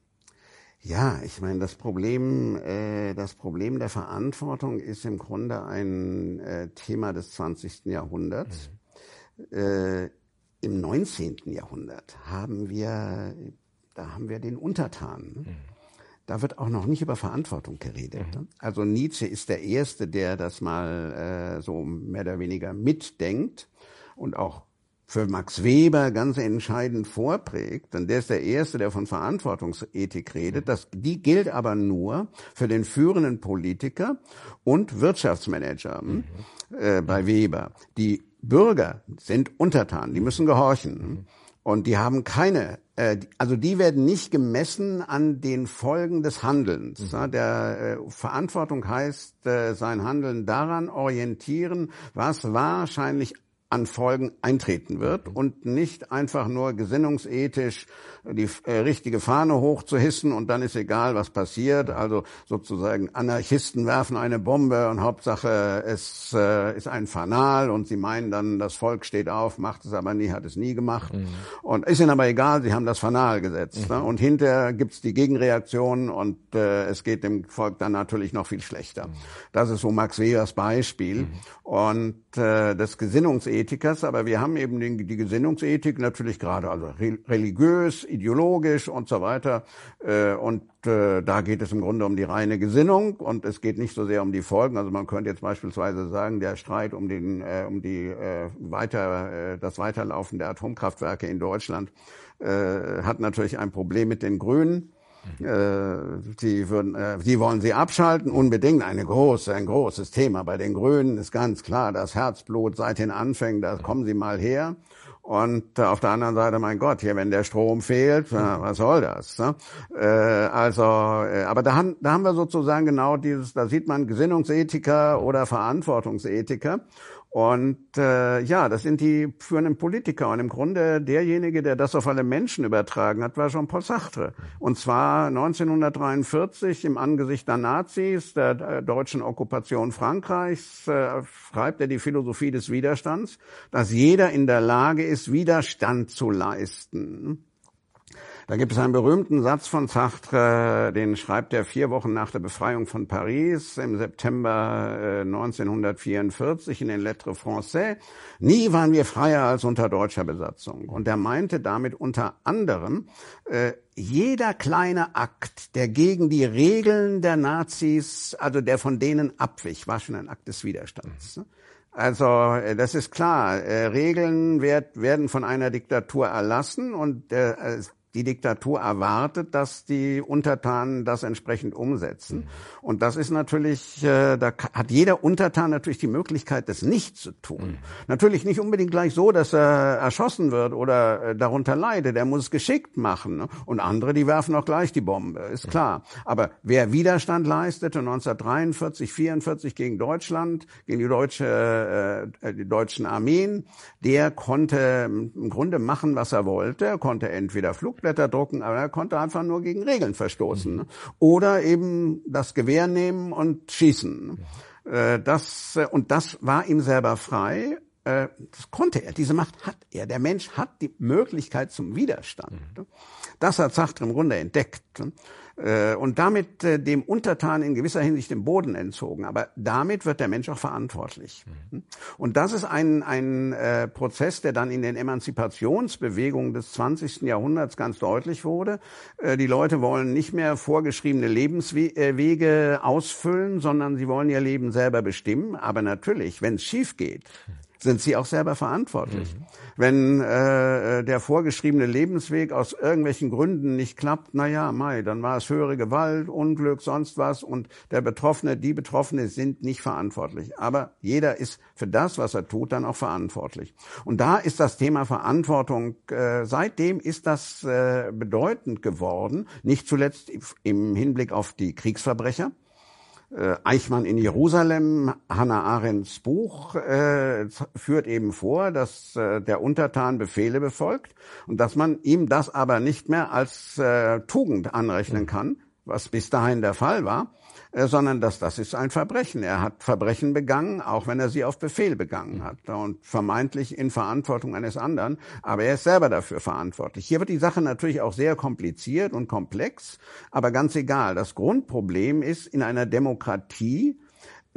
Ja, ich meine, das Problem der Verantwortung ist im Grunde ein Thema des 20. Jahrhunderts. im 19. Jahrhundert haben wir den Untertanen. Da wird auch noch nicht über Verantwortung geredet. Also Nietzsche ist der Erste, der das mal so mehr oder weniger mitdenkt und auch für Max Weber ganz entscheidend vorprägt. Und der ist der Erste, der von Verantwortungsethik redet. Die gilt aber nur für den führenden Politiker und Wirtschaftsmanager bei Weber. Die Bürger sind untertan, die müssen gehorchen. Und die haben keine, also die werden nicht gemessen an den Folgen des Handelns. Verantwortung heißt, sein Handeln daran orientieren, was wahrscheinlich an Folgen eintreten wird und nicht einfach nur gesinnungsethisch die richtige Fahne hochzuhissen und dann ist egal, was passiert. Also sozusagen Anarchisten werfen eine Bombe und Hauptsache es ist ein Fanal und sie meinen dann, das Volk steht auf, macht es aber nie, hat es nie gemacht. Und ist ihnen aber egal, sie haben das Fanal gesetzt. Ne? Und hinterher gibt's die Gegenreaktion und es geht dem Volk dann natürlich noch viel schlechter. Das ist so Max Webers Beispiel. Und des Gesinnungsethikers, aber wir haben eben die Gesinnungsethik natürlich gerade, also religiös, ideologisch und so weiter. Und da geht es im Grunde um die reine Gesinnung und es geht nicht so sehr um die Folgen. Also man könnte jetzt beispielsweise sagen, der Streit um das Weiterlaufen der Atomkraftwerke in Deutschland hat natürlich ein Problem mit den Grünen. Die wollen sie abschalten, unbedingt ein großes Thema bei den Grünen, ist ganz klar, das Herzblut seit den Anfängen, da kommen sie mal her. Und auf der anderen Seite, mein Gott, hier, wenn der Strom fehlt, was soll das? Ne? Aber da haben wir sozusagen genau da sieht man Gesinnungsethiker oder Verantwortungsethiker. Und das sind die führenden Politiker. Und im Grunde derjenige, der das auf alle Menschen übertragen hat, war Jean-Paul Sartre. Und zwar 1943 im Angesicht der Nazis, der deutschen Okkupation Frankreichs, schreibt er die Philosophie des Widerstands, dass jeder in der Lage ist, Widerstand zu leisten. Da gibt es einen berühmten Satz von Sartre, den schreibt er 4 Wochen nach der Befreiung von Paris im September 1944 in den Lettres Françaises. Nie waren wir freier als unter deutscher Besatzung. Und er meinte damit unter anderem, jeder kleine Akt, der gegen die Regeln der Nazis, also der von denen abwich, war schon ein Akt des Widerstands. Also das ist klar, Regeln werden von einer Diktatur erlassen und die Diktatur erwartet, dass die Untertanen das entsprechend umsetzen. Und das ist natürlich, da hat jeder Untertan natürlich die Möglichkeit, das nicht zu tun. Natürlich nicht unbedingt gleich so, dass er erschossen wird oder darunter leidet. Er muss es geschickt machen. Ne? Und andere, die werfen auch gleich die Bombe, ist klar. Aber wer Widerstand leistete 1943, 44 gegen Deutschland, gegen die deutschen Armeen, der konnte im Grunde machen, was er wollte. Er konnte entweder Flugblätter drucken, aber er konnte einfach nur gegen Regeln verstoßen. Oder eben das Gewehr nehmen und schießen. Das war ihm selber frei. Das konnte er, diese Macht hat er. Der Mensch hat die Möglichkeit zum Widerstand. Das hat Sartre im Grunde entdeckt. Und damit dem Untertan in gewisser Hinsicht den Boden entzogen. Aber damit wird der Mensch auch verantwortlich. Und das ist ein Prozess, der dann in den Emanzipationsbewegungen des 20. Jahrhunderts ganz deutlich wurde. Die Leute wollen nicht mehr vorgeschriebene Lebenswege ausfüllen, sondern sie wollen ihr Leben selber bestimmen. Aber natürlich, wenn es schief geht, sind sie auch selber verantwortlich. Wenn der vorgeschriebene Lebensweg aus irgendwelchen Gründen nicht klappt, dann war es höhere Gewalt, Unglück, sonst was und die Betroffene sind nicht verantwortlich. Aber jeder ist für das, was er tut, dann auch verantwortlich. Und da ist das Thema Verantwortung, seitdem ist das bedeutend geworden, nicht zuletzt im Hinblick auf die Kriegsverbrecher. Eichmann in Jerusalem, Hannah Arendts Buch, führt eben vor, dass der Untertan Befehle befolgt und dass man ihm das aber nicht mehr als Tugend anrechnen kann, was bis dahin der Fall war, sondern das ist ein Verbrechen. Er hat Verbrechen begangen, auch wenn er sie auf Befehl begangen hat und vermeintlich in Verantwortung eines anderen, aber er ist selber dafür verantwortlich. Hier wird die Sache natürlich auch sehr kompliziert und komplex, aber ganz egal. Das Grundproblem ist, in einer Demokratie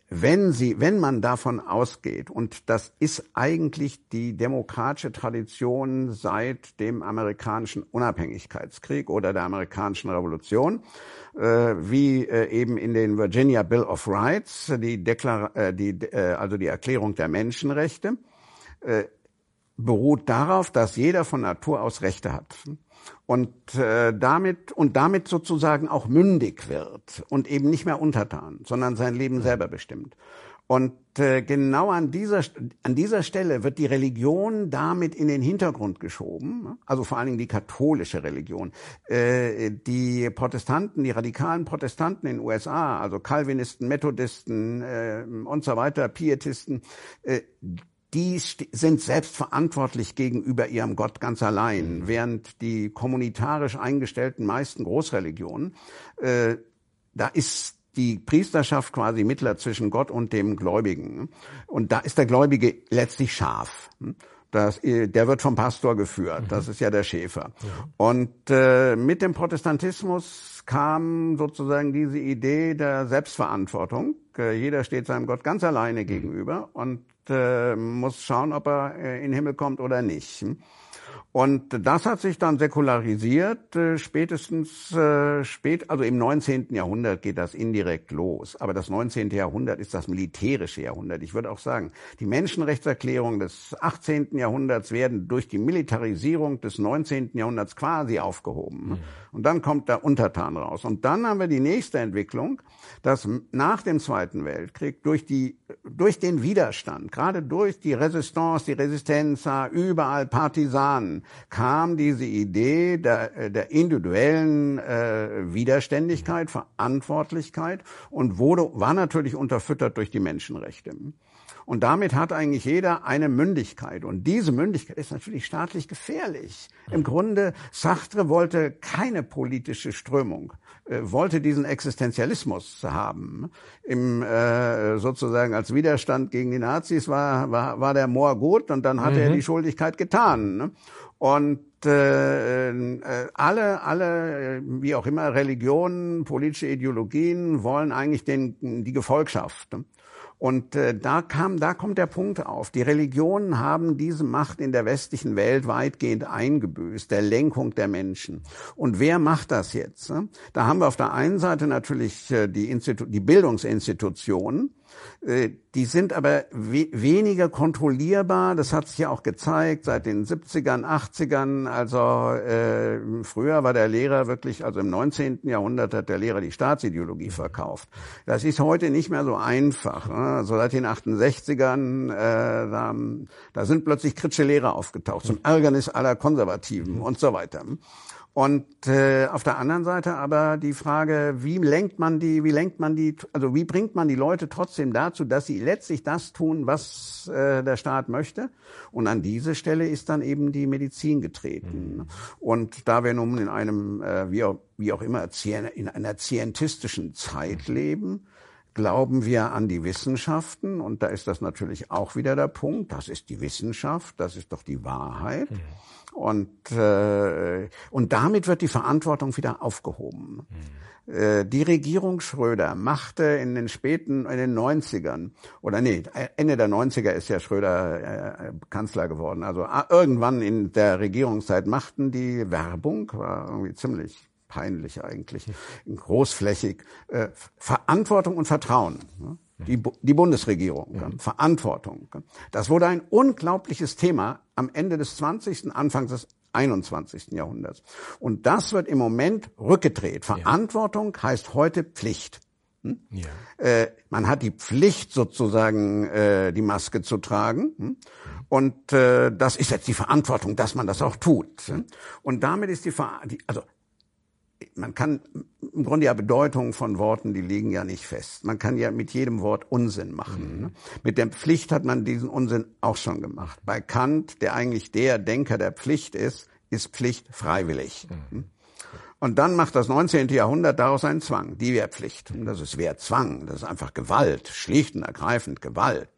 wenn man davon ausgeht, und das ist eigentlich die demokratische Tradition seit dem amerikanischen Unabhängigkeitskrieg oder der amerikanischen Revolution, wie eben in den Virginia Bill of Rights, also die Erklärung der Menschenrechte, beruht darauf, dass jeder von Natur aus Rechte hat. Und damit sozusagen auch mündig wird und eben nicht mehr untertan, sondern sein Leben selber bestimmt. Und genau an dieser Stelle wird die Religion damit in den Hintergrund geschoben, also vor allen Dingen die katholische Religion. Die Protestanten, die radikalen Protestanten in den USA, also Calvinisten, Methodisten und so weiter, Pietisten, die sind selbst verantwortlich gegenüber ihrem Gott ganz allein, während die kommunitarisch eingestellten meisten Großreligionen, da ist die Priesterschaft quasi Mittler zwischen Gott und dem Gläubigen. Und da ist der Gläubige letztlich Schaf. Der wird vom Pastor geführt. Das ist ja der Schäfer. Und mit dem Protestantismus kam sozusagen diese Idee der Selbstverantwortung. Jeder steht seinem Gott ganz alleine gegenüber und muss schauen, ob er in den Himmel kommt oder nicht. Und das hat sich dann säkularisiert, also im 19. Jahrhundert geht das indirekt los. Aber das 19. Jahrhundert ist das militärische Jahrhundert. Ich würde auch sagen, die Menschenrechtserklärungen des 18. Jahrhunderts werden durch die Militarisierung des 19. Jahrhunderts quasi aufgehoben. Und dann kommt der Untertan raus. Und dann haben wir die nächste Entwicklung, dass nach dem Zweiten Weltkrieg durch den Widerstand, gerade durch die Resistance, die Resistenza, überall Partisanen, kam diese Idee der individuellen Widerständigkeit, Verantwortlichkeit und war natürlich unterfüttert durch die Menschenrechte. Und damit hat eigentlich jeder eine Mündigkeit. Und diese Mündigkeit ist natürlich staatlich gefährlich. Im Grunde, Sartre wollte keine politische Strömung, wollte diesen Existenzialismus haben. Sozusagen als Widerstand gegen die Nazis war der Moor gut und dann hatte er die Schuldigkeit getan. Und alle, wie auch immer, Religionen, politische Ideologien wollen eigentlich die Gefolgschaft. Und da kommt der Punkt auf. Die Religionen haben diese Macht in der westlichen Welt weitgehend eingebüßt, der Lenkung der Menschen. Und wer macht das jetzt? Da haben wir auf der einen Seite natürlich die Bildungsinstitutionen. Die sind aber weniger kontrollierbar. Das hat sich ja auch gezeigt seit den 70ern, 80ern. Also früher war der Lehrer wirklich, also im 19. Jahrhundert hat der Lehrer die Staatsideologie verkauft. Das ist heute nicht mehr so einfach. Also seit den 68ern, da sind plötzlich kritische Lehrer aufgetaucht, zum Ärgernis aller Konservativen und so weiter. Und auf der anderen Seite aber die Frage, wie bringt man die Leute trotzdem dazu, dass sie letztlich das tun, was der Staat möchte? Und an diese Stelle ist dann eben die Medizin getreten. Und da wir nun in einem, wie auch immer, in einer scientistischen Zeit leben, glauben wir an die Wissenschaften. Und da ist das natürlich auch wieder der Punkt. Das ist die Wissenschaft, das ist doch die Wahrheit. Und damit wird die Verantwortung wieder aufgehoben. Die Regierung Schröder machte in den 90ern, Ende der 90er ist ja Schröder Kanzler geworden. Also irgendwann in der Regierungszeit machten die Werbung, war irgendwie ziemlich peinlich eigentlich, großflächig, Verantwortung und Vertrauen. Die Bundesregierung, Verantwortung. Das wurde ein unglaubliches Thema am Ende des 20., Anfang des 21. Jahrhunderts. Und das wird im Moment rückgedreht. Verantwortung heißt heute Pflicht. Man hat die Pflicht sozusagen, die Maske zu tragen. Und das ist jetzt die Verantwortung, dass man das auch tut. Und damit ist man kann im Grunde ja Bedeutungen von Worten, die liegen ja nicht fest. Man kann ja mit jedem Wort Unsinn machen. Mit der Pflicht hat man diesen Unsinn auch schon gemacht. Bei Kant, der eigentlich der Denker der Pflicht ist Pflicht freiwillig. Und dann macht das 19. Jahrhundert daraus einen Zwang, die Wehrpflicht. Und das ist Wehrzwang, das ist einfach Gewalt, schlicht und ergreifend Gewalt.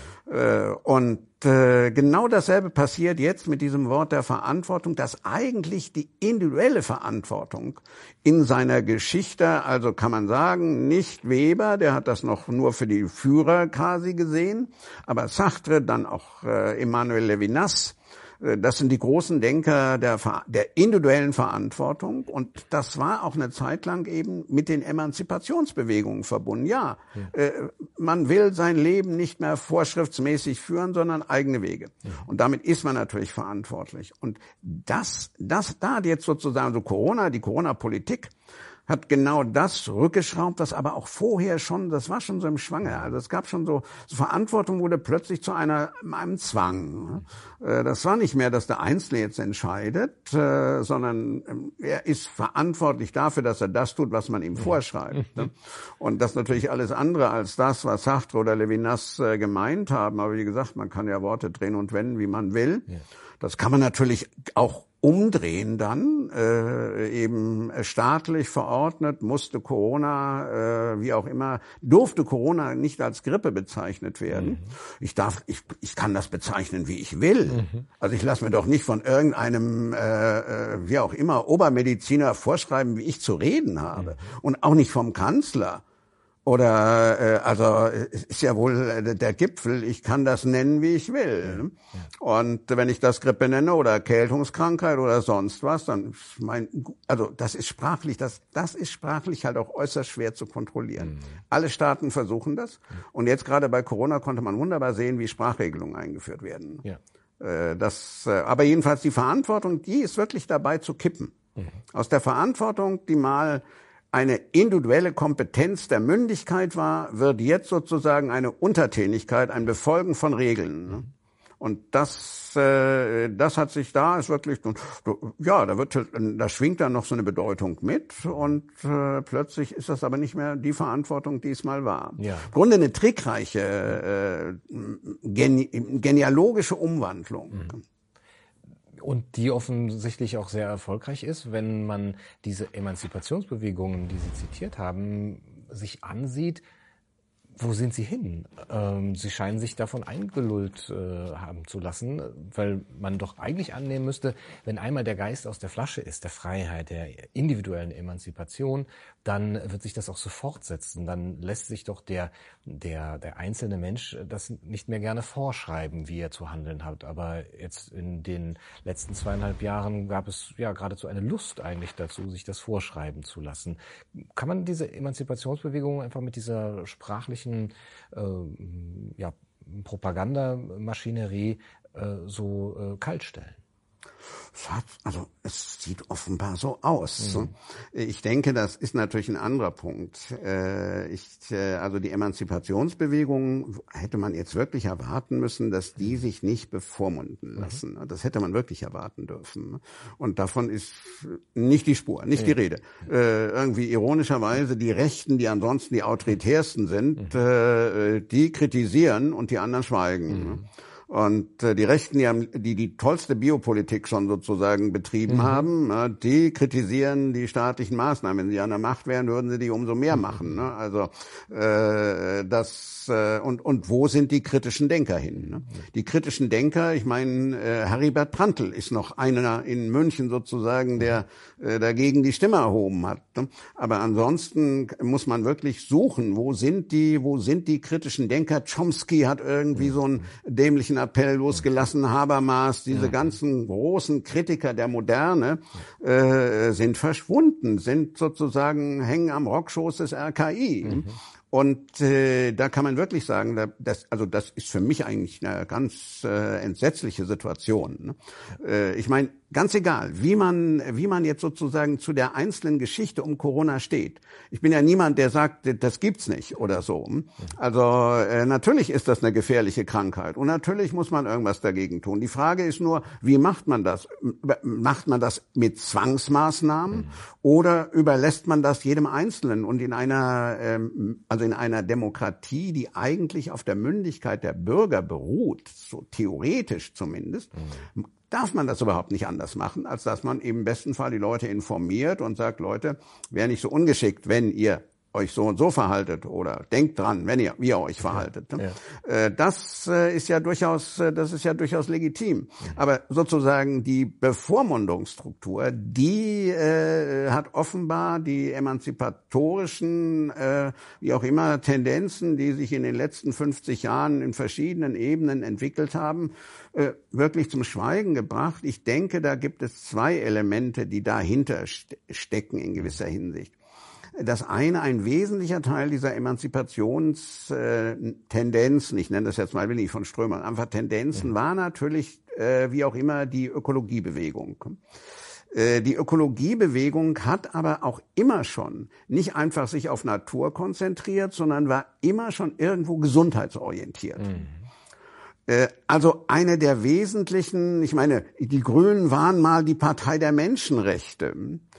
Genau dasselbe passiert jetzt mit diesem Wort der Verantwortung, dass eigentlich die individuelle Verantwortung in seiner Geschichte, also kann man sagen, nicht Weber, der hat das noch nur für die Führer quasi gesehen, aber Sartre, dann auch Emmanuel Levinas, das sind die großen Denker der individuellen Verantwortung. Und das war auch eine Zeit lang eben mit den Emanzipationsbewegungen verbunden. Ja, man will sein Leben nicht mehr vorschriftsmäßig führen, sondern eigene Wege. Ja. Und damit ist man natürlich verantwortlich. Und das da jetzt sozusagen so die Corona-Politik, hat genau das rückgeschraubt, was aber auch vorher schon, das war schon so im Schwange. Also es gab schon so Verantwortung wurde plötzlich zu einem Zwang. Das war nicht mehr, dass der Einzelne jetzt entscheidet, sondern er ist verantwortlich dafür, dass er das tut, was man ihm vorschreibt. Und das natürlich alles andere als das, was Sartre oder Levinas gemeint haben. Aber wie gesagt, man kann ja Worte drehen und wenden, wie man will. Das kann man natürlich auch umdrehen dann, eben staatlich verordnet, musste Corona, wie auch immer, durfte Corona nicht als Grippe bezeichnet werden. Ich kann das bezeichnen, wie ich will. Also ich lasse mir doch nicht von irgendeinem, wie auch immer, Obermediziner vorschreiben, wie ich zu reden habe. Und auch nicht vom Kanzler. Oder also es ist ja wohl der Gipfel, ich kann das nennen, wie ich will. Und wenn ich das Grippe nenne oder Erkältungskrankheit oder sonst was, dann also das ist sprachlich halt auch äußerst schwer zu kontrollieren. Alle Staaten versuchen das. Und jetzt gerade bei Corona konnte man wunderbar sehen, wie Sprachregelungen eingeführt werden. Aber jedenfalls die Verantwortung, die ist wirklich dabei zu kippen. Aus der Verantwortung, die mal eine individuelle Kompetenz der Mündigkeit war, wird jetzt sozusagen eine Untertänigkeit, ein Befolgen von Regeln. Und das hat sich ist wirklich, ja, da schwingt dann noch so eine Bedeutung mit und plötzlich ist das aber nicht mehr die Verantwortung, die es mal war. Ja. Im Grunde eine trickreiche, genealogische Umwandlung. Und die offensichtlich auch sehr erfolgreich ist, wenn man diese Emanzipationsbewegungen, die Sie zitiert haben, sich ansieht. Wo sind sie hin? Sie scheinen sich davon eingelullt haben zu lassen, weil man doch eigentlich annehmen müsste, wenn einmal der Geist aus der Flasche ist, der Freiheit, der individuellen Emanzipation, dann wird sich das auch so fortsetzen. Dann lässt sich doch der einzelne Mensch das nicht mehr gerne vorschreiben, wie er zu handeln hat. Aber jetzt in den letzten 2,5 Jahren gab es ja geradezu eine Lust eigentlich dazu, sich das vorschreiben zu lassen. Kann man diese Emanzipationsbewegung einfach mit dieser sprachlichen Propagandamaschinerie so kalt stellen? Also es sieht offenbar so aus. Ich denke, das ist natürlich ein anderer Punkt. Also die Emanzipationsbewegung hätte man jetzt wirklich erwarten müssen, dass die sich nicht bevormunden lassen. Das hätte man wirklich erwarten dürfen. Und davon ist nicht die Spur, nicht die Rede. Irgendwie ironischerweise die Rechten, die ansonsten die autoritärsten sind, die kritisieren und die anderen schweigen. Und die Rechten, die tollste Biopolitik schon sozusagen betrieben haben, die kritisieren die staatlichen Maßnahmen. Wenn sie an der Macht wären, würden sie die umso mehr machen. Also und wo sind die kritischen Denker hin? Die kritischen Denker, ich meine, Heribert Prantl ist noch einer in München sozusagen, der dagegen die Stimme erhoben hat. Aber ansonsten muss man wirklich suchen, wo sind die kritischen Denker? Chomsky hat irgendwie so einen dämlichen Appell losgelassen, Habermas, diese ganzen großen Kritiker der Moderne sind verschwunden, sind sozusagen, hängen am Rockschoß des RKI. Und da kann man wirklich sagen, das ist für mich eigentlich eine ganz entsetzliche Situation. Ich meine, ganz egal, wie man jetzt sozusagen zu der einzelnen Geschichte um Corona steht. Ich bin ja niemand, der sagt, das gibt's nicht oder so. Also natürlich ist das eine gefährliche Krankheit und natürlich muss man irgendwas dagegen tun. Die Frage ist nur, wie macht man das? Macht man das mit Zwangsmaßnahmen oder überlässt man das jedem Einzelnen? Und in einer Demokratie, die eigentlich auf der Mündigkeit der Bürger beruht, so theoretisch zumindest, darf man das überhaupt nicht anders machen, als dass man im besten Fall die Leute informiert und sagt, Leute, wäre nicht so ungeschickt, wenn ihr euch so und so verhaltet oder denkt dran, wie ihr euch verhaltet. Ja. Das ist ja durchaus legitim. Aber sozusagen die Bevormundungsstruktur, die hat offenbar die emanzipatorischen, wie auch immer, Tendenzen, die sich in den letzten 50 Jahren in verschiedenen Ebenen entwickelt haben, wirklich zum Schweigen gebracht. Ich denke, da gibt es zwei Elemente, die dahinter stecken in gewisser Hinsicht. Das eine, ein wesentlicher Teil dieser Emanzipationstendenzen, ich nenne das jetzt mal, will nicht von Strömern, einfach Tendenzen, war natürlich, wie auch immer, die Ökologiebewegung. Die Ökologiebewegung hat aber auch immer schon nicht einfach sich auf Natur konzentriert, sondern war immer schon irgendwo gesundheitsorientiert. Also eine der wesentlichen, ich meine, die Grünen waren mal die Partei der Menschenrechte.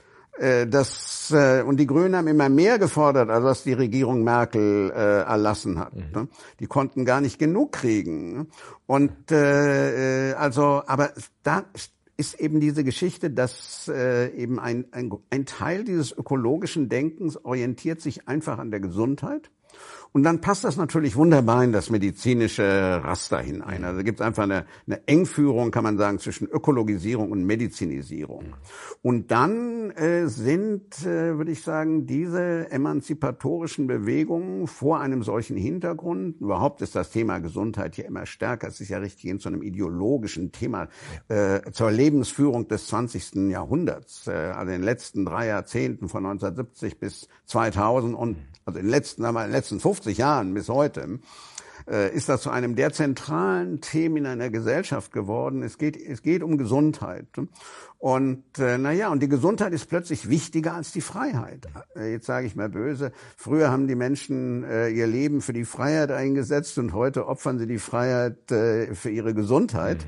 Und die Grünen haben immer mehr gefordert, als was die Regierung Merkel erlassen hat. Ne? Die konnten gar nicht genug kriegen. Und aber da ist eben diese Geschichte, dass eben ein Teil dieses ökologischen Denkens orientiert sich einfach an der Gesundheit. Und dann passt das natürlich wunderbar in das medizinische Raster hinein. Also gibt es einfach eine Engführung, kann man sagen, zwischen Ökologisierung und Medizinisierung. Und dann würde ich sagen, diese emanzipatorischen Bewegungen vor einem solchen Hintergrund, überhaupt ist das Thema Gesundheit hier immer stärker, es ist ja richtig hin zu einem ideologischen Thema, zur Lebensführung des 20. Jahrhunderts, also in den letzten 3 Jahrzehnten von 1970 bis 2000 und also in den letzten 50 Jahren bis heute, ist das zu einem der zentralen Themen in einer Gesellschaft geworden. Es geht um Gesundheit. Und und die Gesundheit ist plötzlich wichtiger als die Freiheit. Jetzt sage ich mal böse, früher haben die Menschen ihr Leben für die Freiheit eingesetzt und heute opfern sie die Freiheit für ihre Gesundheit.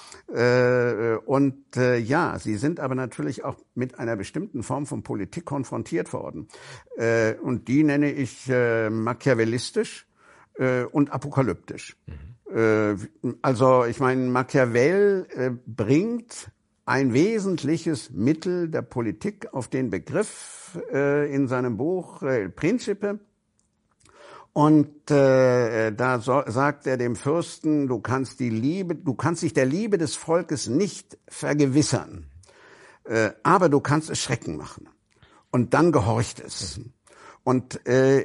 Sie sind aber natürlich auch mit einer bestimmten Form von Politik konfrontiert worden. Und die nenne ich machiavellistisch und apokalyptisch. Also ich meine, Machiavel bringt ein wesentliches Mittel der Politik auf den Begriff in seinem Buch Principe. Und sagt er dem Fürsten, du kannst dich der Liebe des Volkes nicht vergewissern, aber du kannst es schrecken machen. Und dann gehorcht es. Und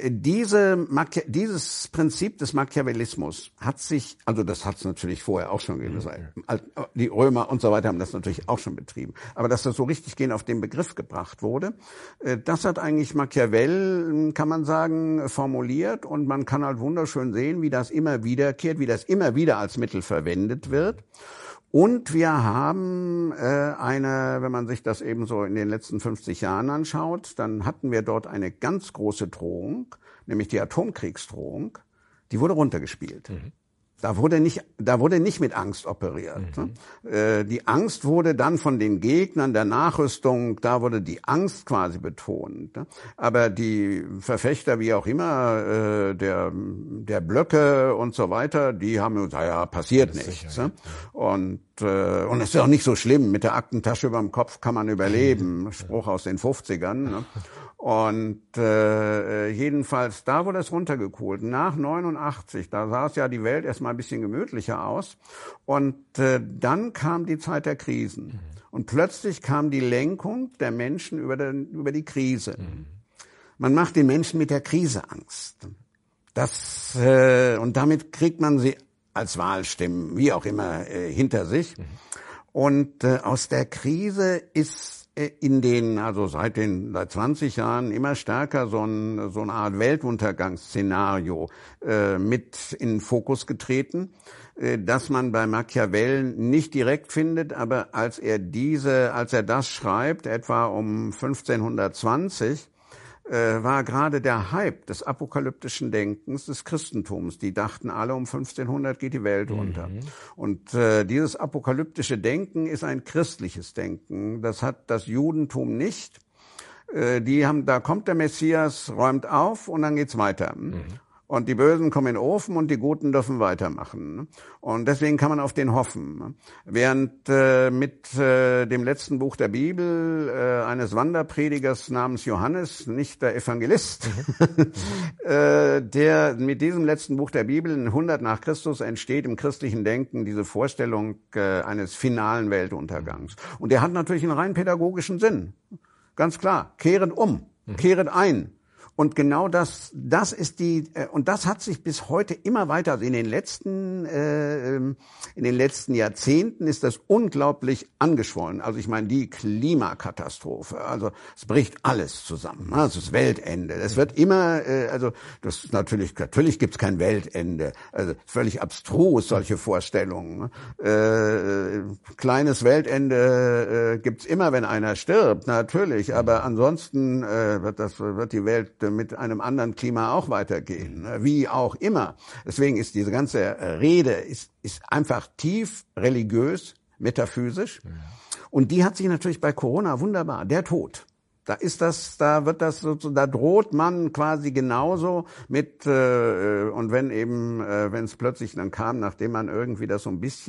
dieses Prinzip des Machiavellismus das hat es natürlich vorher auch schon gegeben. Die Römer und so weiter haben das natürlich auch schon betrieben. Aber dass das so richtig gehend auf den Begriff gebracht wurde, das hat eigentlich Machiavel, kann man sagen, formuliert. Und man kann halt wunderschön sehen, wie das immer wiederkehrt, wie das immer wieder als Mittel verwendet wird. Und wir haben wenn man sich das eben so in den letzten 50 Jahren anschaut, dann hatten wir dort eine ganz große Drohung, nämlich die Atomkriegsdrohung, die wurde runtergespielt. Da wurde nicht mit Angst operiert. Die Angst wurde dann von den Gegnern der Nachrüstung, da wurde die Angst quasi betont. Aber die Verfechter, wie auch immer, der Blöcke und so weiter, die haben gesagt, ja, passiert nichts. Sicher, Und es ist auch nicht so schlimm, mit der Aktentasche überm Kopf kann man überleben. Spruch aus den 50ern. Ne? Und jedenfalls, da wurde es runtergekohlt. Nach 89, da sah es ja die Welt erstmal ein bisschen gemütlicher aus. Und dann kam die Zeit der Krisen. Und plötzlich kam die Lenkung der Menschen über die Krise. Man macht den Menschen mit der Krise Angst. Und damit kriegt man sie als Wahlstimmen, wie auch immer, hinter sich. Und aus der Krise ist seit 20 Jahren immer stärker so eine Art Weltuntergangsszenario mit in den Fokus getreten, dass man bei Machiavel nicht direkt findet, aber als er das schreibt, etwa um 1520, war gerade der Hype des apokalyptischen Denkens des Christentums. Die dachten alle, um 1500 geht die Welt unter. Und dieses apokalyptische Denken ist ein christliches Denken. Das hat das Judentum nicht. Da kommt der Messias, räumt auf und dann geht's weiter. Und die Bösen kommen in den Ofen und die Guten dürfen weitermachen. Und deswegen kann man auf den hoffen. Während mit dem letzten Buch der Bibel eines Wanderpredigers namens Johannes, nicht der Evangelist, der mit diesem letzten Buch der Bibel 100 nach Christus entsteht im christlichen Denken diese Vorstellung eines finalen Weltuntergangs. Und der hat natürlich einen rein pädagogischen Sinn. Ganz klar. Kehret um. Kehret ein. Und genau das ist und das hat sich bis heute immer weiter, also in den letzten Jahrzehnten ist das unglaublich angeschwollen. Also ich meine, die Klimakatastrophe, also es bricht alles zusammen, also das Weltende. Es wird immer, also das ist natürlich gibt's kein Weltende, also völlig abstrus solche Vorstellungen. Kleines Weltende gibt's immer, wenn einer stirbt, natürlich, aber ansonsten wird die Welt mit einem anderen Klima auch weitergehen, wie auch immer. Deswegen ist diese ganze Rede ist einfach tief religiös, metaphysisch. Ja. Und die hat sich natürlich bei Corona wunderbar, der Tod. Da droht man quasi genauso mit, und wenn es plötzlich dann kam, nachdem man irgendwie das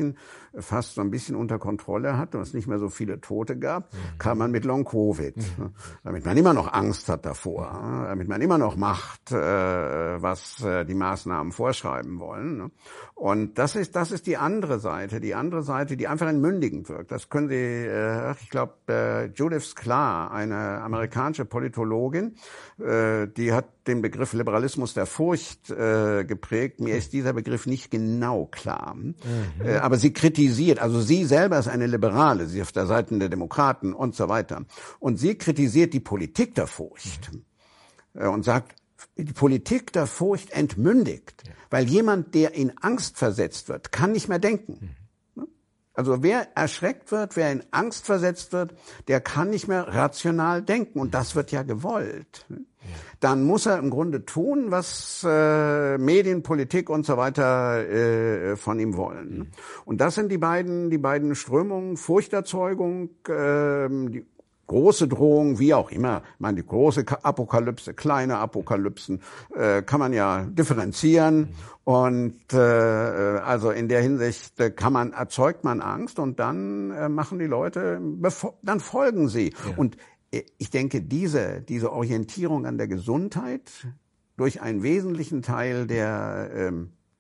fast so ein bisschen unter Kontrolle hatte und es nicht mehr so viele Tote gab, kam man mit Long-Covid. Damit man immer noch Angst hat davor, damit man immer noch macht, was die Maßnahmen vorschreiben wollen. Und das ist die andere Seite, die einfach entmündigend wirkt. Das können Sie, ich glaube, Judith Sklar, eine amerikanische Politologin, die hat den Begriff Liberalismus der Furcht geprägt. Mir ist dieser Begriff nicht genau klar. Aber sie kritisiert, also sie selber ist eine Liberale, sie ist auf der Seite der Demokraten und so weiter. Und sie kritisiert die Politik der Furcht und sagt, die Politik der Furcht entmündigt, weil jemand, der in Angst versetzt wird, kann nicht mehr denken. Also wer erschreckt wird, wer in Angst versetzt wird, der kann nicht mehr rational denken. Und das wird ja gewollt. Dann muss er im Grunde tun, was Medien, Politik und so weiter von ihm wollen. Und das sind die beiden Strömungen, Furchterzeugung, die große Drohung, wie auch immer. Ich meine, die große Apokalypse, kleine Apokalypsen kann man ja differenzieren. Und also in der Hinsicht erzeugt man Angst und dann machen die Leute, dann folgen sie. Ja. Und ich denke, diese Orientierung an der Gesundheit durch einen wesentlichen Teil der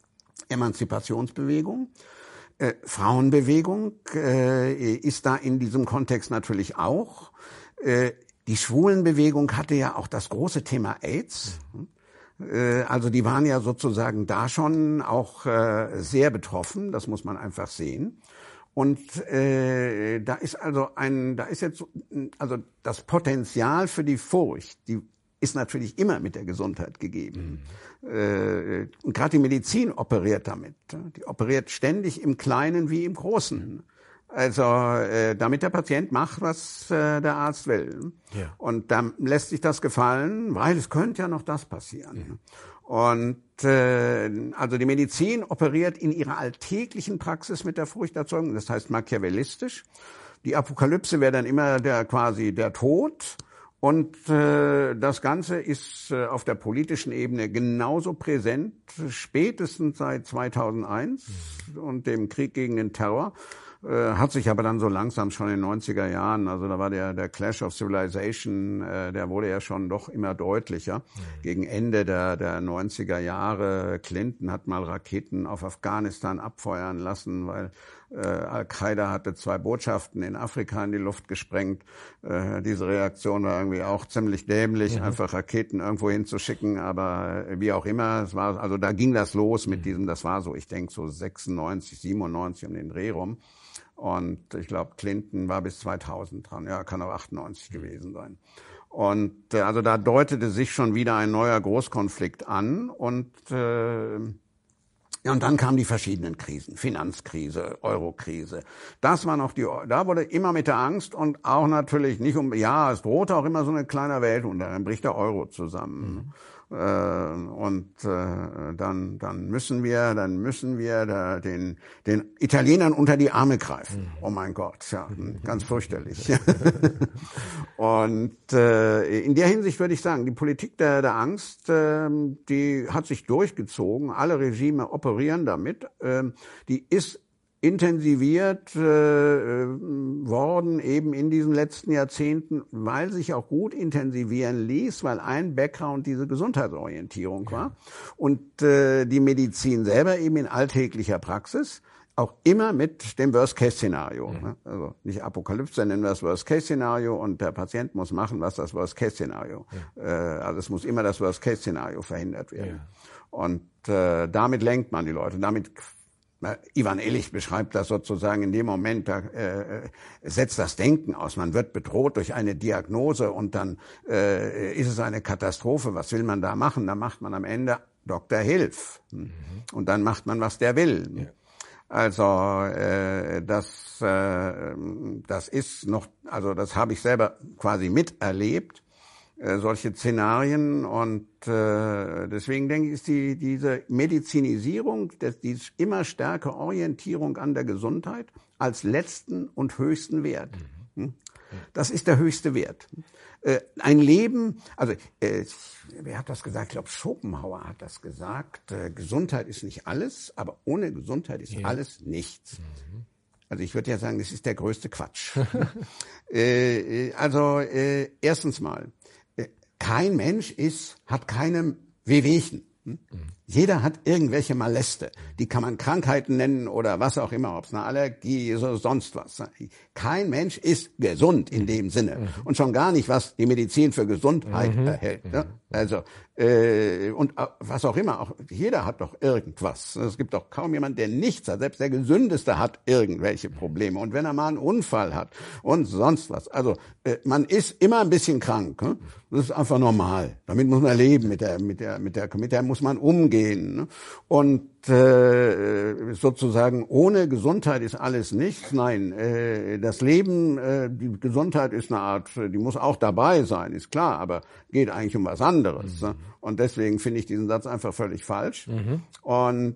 Emanzipationsbewegung, Frauenbewegung ist da in diesem Kontext natürlich auch. Die Schwulenbewegung hatte ja auch das große Thema AIDS. Also die waren ja sozusagen da schon auch sehr betroffen, das muss man einfach sehen. Und da ist jetzt das Potenzial für die Furcht, die ist natürlich immer mit der Gesundheit gegeben. Und gerade die Medizin operiert damit. Die operiert ständig im Kleinen wie im Großen. Also damit der Patient macht, was der Arzt will. Ja. Und dann lässt sich das gefallen, weil es könnte ja noch das passieren. Ja. Und also die Medizin operiert in ihrer alltäglichen Praxis mit der Furchterzeugung, das heißt machiavellistisch. Die Apokalypse wäre dann immer quasi der Tod. Und das Ganze ist auf der politischen Ebene genauso präsent, spätestens seit 2001 und dem Krieg gegen den Terror. Hat sich aber dann so langsam schon in den 90er Jahren, also da war der Clash of Civilization, der wurde ja schon doch immer deutlicher. Gegen Ende der 90er Jahre, Clinton hat mal Raketen auf Afghanistan abfeuern lassen, weil Al-Qaida hatte 2 Botschaften in Afrika in die Luft gesprengt. Diese Reaktion war irgendwie auch ziemlich dämlich, einfach Raketen irgendwo hinzuschicken, aber wie auch immer, also da ging das los mit diesem, das war so, ich denke so 96, 97 um den Dreh rum. Und ich glaube, Clinton war bis 2000 dran. Ja, kann auch 98 gewesen sein. Und also da deutete sich schon wieder ein neuer Großkonflikt an. Und Ja, und dann kamen die verschiedenen Krisen, Finanzkrise, Eurokrise. Das war noch da wurde immer mit der Angst und auch natürlich nicht es drohte auch immer so ein kleiner Weltuntergang, dann bricht der Euro zusammen. Dann müssen wir den Italienern unter die Arme greifen. Oh mein Gott, ja, ganz fürchterlich. Und in der Hinsicht würde ich sagen, die Politik der Angst, die hat sich durchgezogen. Alle Regime operieren damit. Die ist intensiviert worden eben in diesen letzten Jahrzehnten, weil sich auch gut intensivieren ließ, weil ein Background diese Gesundheitsorientierung war und die Medizin selber eben in alltäglicher Praxis auch immer mit dem Worst-Case-Szenario. Ne? Also nicht Apokalypse, nennen wir das Worst-Case-Szenario und der Patient muss machen, was das Worst-Case-Szenario. Also es muss immer das Worst-Case-Szenario verhindert werden. Und damit lenkt man die Leute. Damit Ivan Illich beschreibt das sozusagen in dem Moment, da setzt das Denken aus. Man wird bedroht durch eine Diagnose und dann ist es eine Katastrophe. Was will man da machen? Da macht man am Ende Doktor Hilf. Und dann macht man, was der will. Ja. Also das ist noch, also das habe ich selber quasi miterlebt. Solche Szenarien und deswegen denke ich, ist diese Medizinisierung, die immer stärkere Orientierung an der Gesundheit als letzten und höchsten Wert. Das ist der höchste Wert. Ein Leben, also wer hat das gesagt? Ich glaube, Schopenhauer hat das gesagt. Gesundheit ist nicht alles, aber ohne Gesundheit ist alles nichts. Also ich würde ja sagen, das ist der größte Quatsch. Erstens mal, kein Mensch hat keine Wehwehchen. Jeder hat irgendwelche Maleste. Die kann man Krankheiten nennen oder was auch immer, ob es eine Allergie ist oder sonst was. Kein Mensch ist gesund in dem Sinne. Und schon gar nicht, was die Medizin für Gesundheit erhält. Ne? Also, und was auch immer, auch jeder hat doch irgendwas. Es gibt doch kaum jemand, der nichts hat. Selbst der Gesündeste hat irgendwelche Probleme. Und wenn er mal einen Unfall hat und sonst was. Also, man ist immer ein bisschen krank. Ne? Das ist einfach normal. Damit muss man leben, mit der muss man umgehen. Ne? Und sozusagen ohne Gesundheit ist alles nichts. Nein, das Leben, die Gesundheit ist eine Art, die muss auch dabei sein, ist klar, aber geht eigentlich um was anderes. Ne? Und deswegen finde ich diesen Satz einfach völlig falsch. Und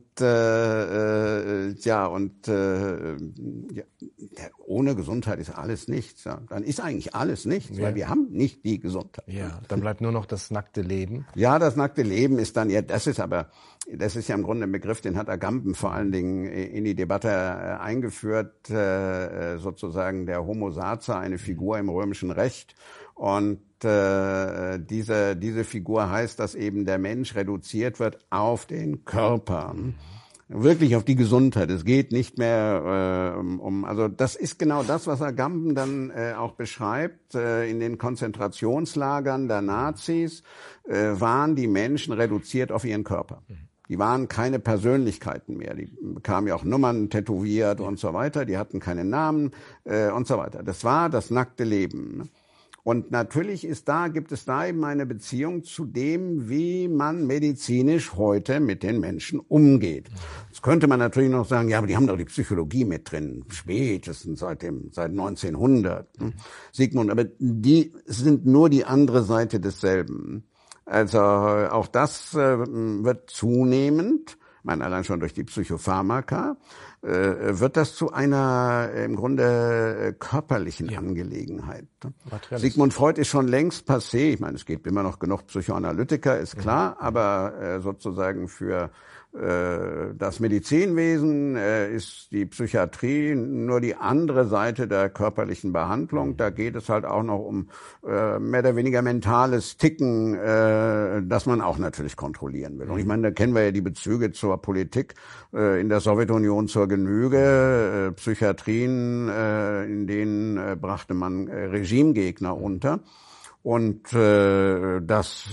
ohne Gesundheit ist alles nichts. Ja. Dann ist eigentlich alles nichts, weil wir haben nicht die Gesundheit. Ja, dann bleibt nur noch das nackte Leben. Ja, das nackte Leben ist dann, das ist ja im Grunde ein Begriff, den hat Agamben vor allen Dingen in die Debatte eingeführt, sozusagen der Homo sacer, eine Figur im römischen Recht. Und diese Figur heißt, dass eben der Mensch reduziert wird auf den Körper. Wirklich auf die Gesundheit. Es geht nicht mehr also das ist genau das, was Agamben dann auch beschreibt. In den Konzentrationslagern der Nazis waren die Menschen reduziert auf ihren Körper. Die waren keine Persönlichkeiten mehr. Die bekamen ja auch Nummern tätowiert und so weiter. Die hatten keine Namen und so weiter. Das war das nackte Leben. Und natürlich gibt es da eben eine Beziehung zu dem, wie man medizinisch heute mit den Menschen umgeht. Jetzt könnte man natürlich noch sagen, ja, aber die haben doch die Psychologie mit drin, spätestens seit 1900. Sigmund, aber die sind nur die andere Seite desselben. Also auch das wird zunehmend, ich meine allein schon durch die Psychopharmaka, wird das zu einer im Grunde körperlichen Angelegenheit. Sigmund Freud ist schon längst passé. Ich meine, es gibt immer noch genug Psychoanalytiker, ist klar, aber sozusagen für das Medizinwesen ist die Psychiatrie nur die andere Seite der körperlichen Behandlung. Da geht es halt auch noch um mehr oder weniger mentales Ticken, das man auch natürlich kontrollieren will. Und ich meine, da kennen wir ja die Bezüge zur Politik in der Sowjetunion zur Genüge. Psychiatrien, in denen brachte man Regimegegner unter. Und das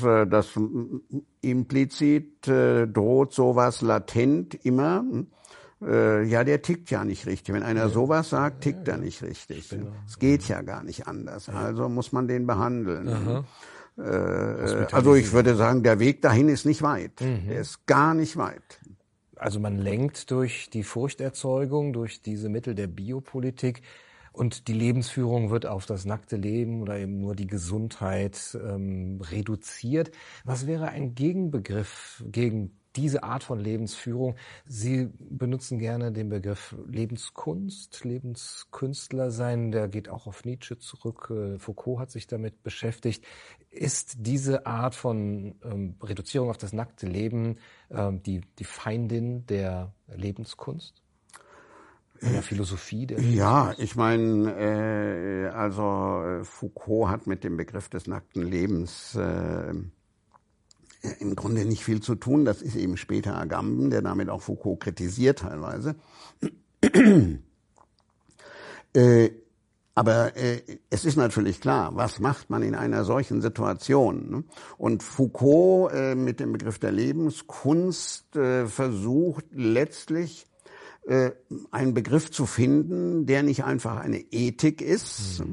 implizit droht sowas latent immer. Der tickt ja nicht richtig. Wenn einer sowas sagt, tickt er nicht richtig. Es geht ja gar nicht anders. Also muss man den behandeln. Also ich würde sagen, der Weg dahin ist nicht weit. Er ist gar nicht weit. also man lenkt durch die Furchterzeugung, durch diese Mittel der Biopolitik und die Lebensführung wird auf das nackte Leben oder eben nur die Gesundheit reduziert. Was wäre ein Gegenbegriff gegen diese Art von Lebensführung? Sie benutzen gerne den Begriff Lebenskunst, Lebenskünstler sein. Der geht auch auf Nietzsche zurück. Foucault hat sich damit beschäftigt. Ist diese Art von Reduzierung auf das nackte Leben die Feindin der Lebenskunst? In der Philosophie der Lebenskunst? Ja, ich meine, also Foucault hat mit dem Begriff des nackten Lebens im Grunde nicht viel zu tun. Das ist eben später Agamben, der damit auch Foucault kritisiert teilweise. Aber es ist natürlich klar, was macht man in einer solchen Situation? Ne? Und Foucault mit dem Begriff der Lebenskunst versucht letztlich einen Begriff zu finden, der nicht einfach eine Ethik ist,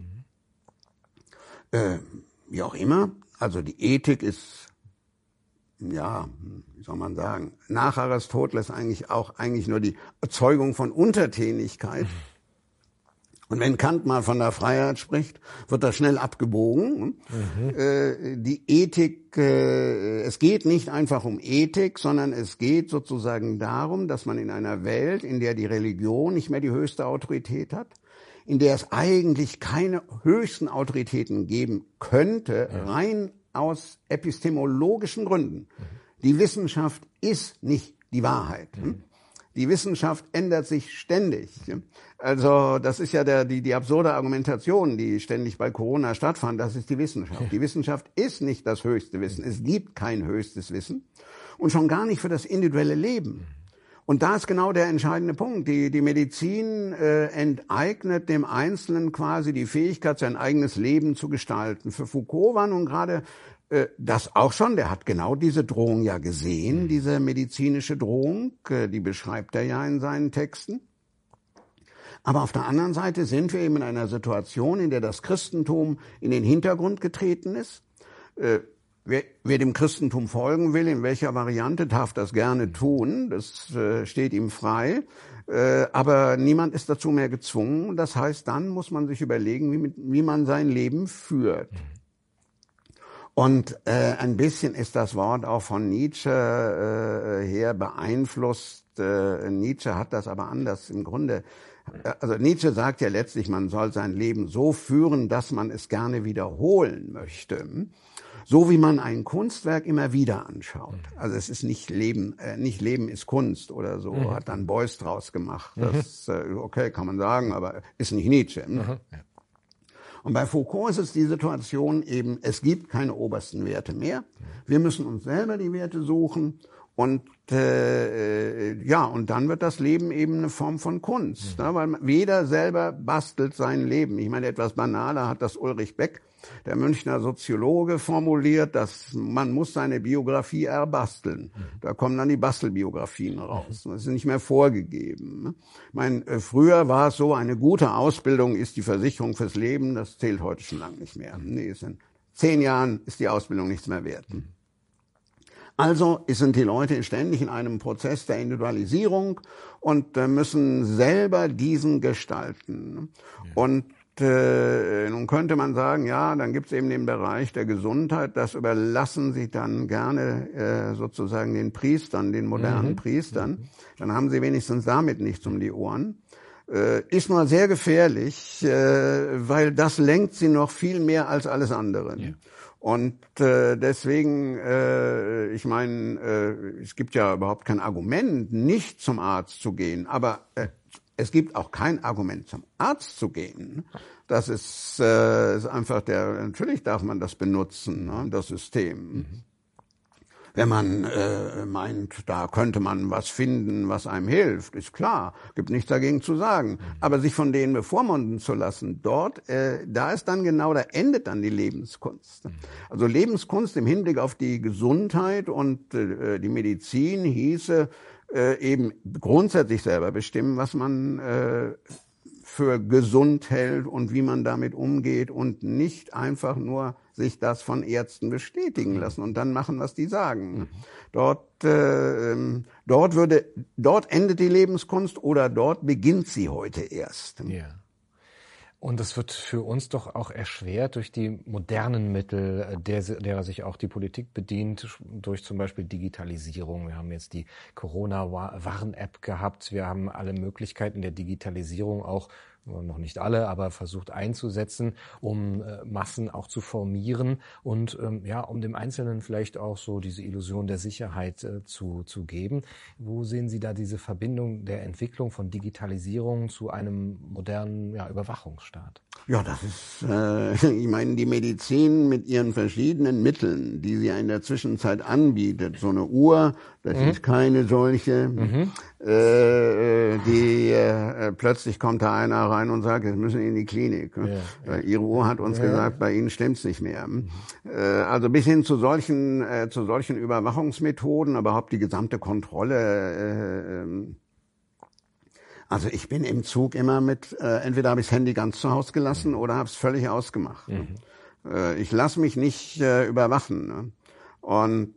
wie auch immer. Also die Ethik ist, ja, wie soll man sagen, nach Aristoteles eigentlich nur die Erzeugung von Untertänigkeit. Und wenn Kant mal von der Freiheit spricht, wird das schnell abgebogen. Die Ethik, es geht nicht einfach um Ethik, sondern es geht sozusagen darum, dass man in einer Welt, in der die Religion nicht mehr die höchste Autorität hat, in der es eigentlich keine höchsten Autoritäten geben könnte, rein aus epistemologischen Gründen. Die Wissenschaft ist nicht die Wahrheit. Die Wissenschaft ändert sich ständig. Also das ist ja die absurde Argumentation, die ständig bei Corona stattfand. Das ist die Wissenschaft. Die Wissenschaft ist nicht das höchste Wissen. Es gibt kein höchstes Wissen und schon gar nicht für das individuelle Leben. Und da ist genau der entscheidende Punkt. Die Medizin enteignet dem Einzelnen quasi die Fähigkeit, sein eigenes Leben zu gestalten. Für Foucault war nun gerade das auch schon, der hat genau diese Drohung ja gesehen, diese medizinische Drohung, die beschreibt er ja in seinen Texten. Aber auf der anderen Seite sind wir eben in einer Situation, in der das Christentum in den Hintergrund getreten ist. Wer dem Christentum folgen will, in welcher Variante, darf das gerne tun, das steht ihm frei. Aber niemand ist dazu mehr gezwungen. Das heißt, dann muss man sich überlegen, wie man sein Leben führt. Und ein bisschen ist das Wort auch von Nietzsche her beeinflusst. Nietzsche hat das aber anders im Grunde. Also Nietzsche sagt ja letztlich, man soll sein Leben so führen, dass man es gerne wiederholen möchte. So wie man ein Kunstwerk immer wieder anschaut. Also es ist nicht Leben ist Kunst oder so, hat dann Beuys draus gemacht. Das, okay, kann man sagen, aber ist nicht Nietzsche. Und bei Foucault ist es die Situation eben, es gibt keine obersten Werte mehr. Wir müssen uns selber die Werte suchen und und dann wird das Leben eben eine Form von Kunst, ne? Weil jeder selber bastelt sein Leben. Ich meine, etwas banaler hat das Ulrich Beck, der Münchner Soziologe, formuliert, dass man muss seine Biografie erbasteln. Da kommen dann die Bastelbiografien raus. Das ist nicht mehr vorgegeben. Ne? Ich meine, früher war es so, eine gute Ausbildung ist die Versicherung fürs Leben. Das zählt heute schon lange nicht mehr. Nee, in 10 Jahren ist die Ausbildung nichts mehr wert. Also sind die Leute ständig in einem Prozess der Individualisierung und müssen selber diesen gestalten. Und nun könnte man sagen, ja, dann gibt es eben den Bereich der Gesundheit, das überlassen sie dann gerne sozusagen den Priestern, den modernen Priestern. Dann haben sie wenigstens damit nichts um die Ohren. Ist mal sehr gefährlich, weil das lenkt sie noch viel mehr als alles andere. Ja. Und deswegen, ich meine, es gibt ja überhaupt kein Argument, nicht zum Arzt zu gehen, aber es gibt auch kein Argument, zum Arzt zu gehen. Das ist einfach natürlich darf man das benutzen, ne, das System. Wenn man meint, da könnte man was finden, was einem hilft, ist klar, gibt nichts dagegen zu sagen. Aber sich von denen bevormunden zu lassen, da ist dann genau, da endet dann die Lebenskunst. Also Lebenskunst im Hinblick auf die Gesundheit und die Medizin hieße eben grundsätzlich selber bestimmen, was man für gesund hält und wie man damit umgeht und nicht einfach nur sich das von Ärzten bestätigen lassen und dann machen, was die sagen. Dort endet die Lebenskunst oder dort beginnt sie heute erst. Ja. Und es wird für uns doch auch erschwert durch die modernen Mittel, derer sich auch die Politik bedient, durch zum Beispiel Digitalisierung. Wir haben jetzt die Corona-Warn-App gehabt. Wir haben alle Möglichkeiten der Digitalisierung auch, noch nicht alle, aber versucht einzusetzen, um Massen auch zu formieren und um dem Einzelnen vielleicht auch so diese Illusion der Sicherheit zu geben. Wo sehen Sie da diese Verbindung der Entwicklung von Digitalisierung zu einem modernen Überwachungsstaat? Ja, das ist, ich meine, die Medizin mit ihren verschiedenen Mitteln, die sie in der Zwischenzeit anbietet, so eine Uhr, das ist keine solche, plötzlich kommt da einer rein und sagt, jetzt müssen Sie in die Klinik. Ja. Ihre Uhr hat uns gesagt, bei Ihnen stimmt's nicht mehr. Also bis hin zu solchen Überwachungsmethoden, aber überhaupt die gesamte Kontrolle. Also ich bin im Zug immer entweder habe ich das Handy ganz zu Hause gelassen oder habe es völlig ausgemacht. Ich lasse mich nicht überwachen. Ne? Und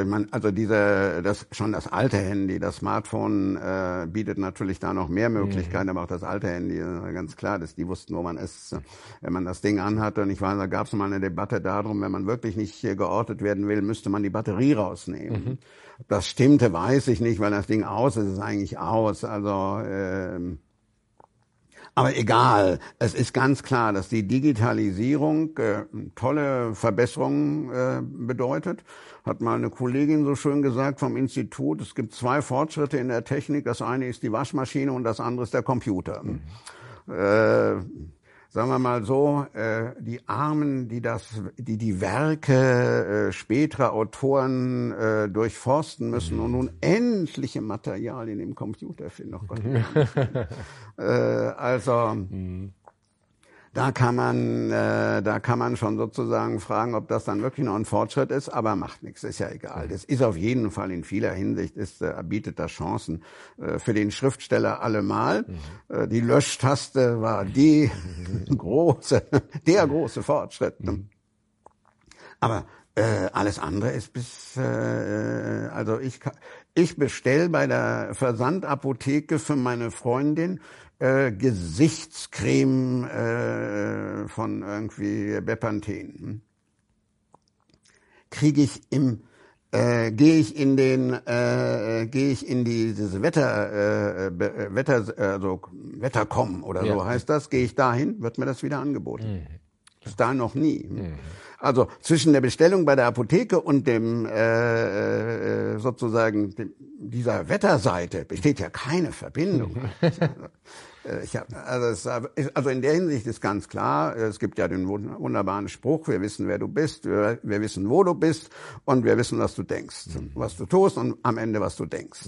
das alte Handy, das Smartphone bietet natürlich da noch mehr Möglichkeiten, aber auch das alte Handy, ganz klar, die wussten, wo man ist, wenn man das Ding anhatte. Und ich weiß, da gab es mal eine Debatte darum, wenn man wirklich nicht geortet werden will, müsste man die Batterie rausnehmen. Ob das stimmte, weiß ich nicht, weil das Ding aus ist, ist eigentlich aus. Also aber egal, es ist ganz klar, dass die Digitalisierung tolle Verbesserungen bedeutet. Hat mal eine Kollegin so schön gesagt vom Institut, es gibt 2 Fortschritte in der Technik. Das eine ist die Waschmaschine und das andere ist der Computer. Sagen wir mal so, die Armen, die die Werke späterer Autoren durchforsten müssen und nun endliche Materialien im Computer finden. Oh Gott. Da kann man schon sozusagen fragen, ob das dann wirklich noch ein Fortschritt ist, aber macht nichts, ist ja egal. Das ist auf jeden Fall in vieler Hinsicht, bietet das Chancen für den Schriftsteller allemal. Die Löschtaste war der große Fortschritt. Aber alles andere ist ich bestelle bei der Versandapotheke für meine Freundin Gesichtscreme von irgendwie Bepanthen. Gehe ich in dieses Wettercom oder so heißt das, gehe ich dahin, wird mir das wieder angeboten. Bis dahin noch nie. Also zwischen der Bestellung bei der Apotheke und dem dieser Wetterseite besteht ja keine Verbindung. Also in der Hinsicht ist ganz klar, es gibt ja den wunderbaren Spruch, wir wissen, wer du bist, wir wissen, wo du bist und wir wissen, was du denkst, was du tust und am Ende, was du denkst.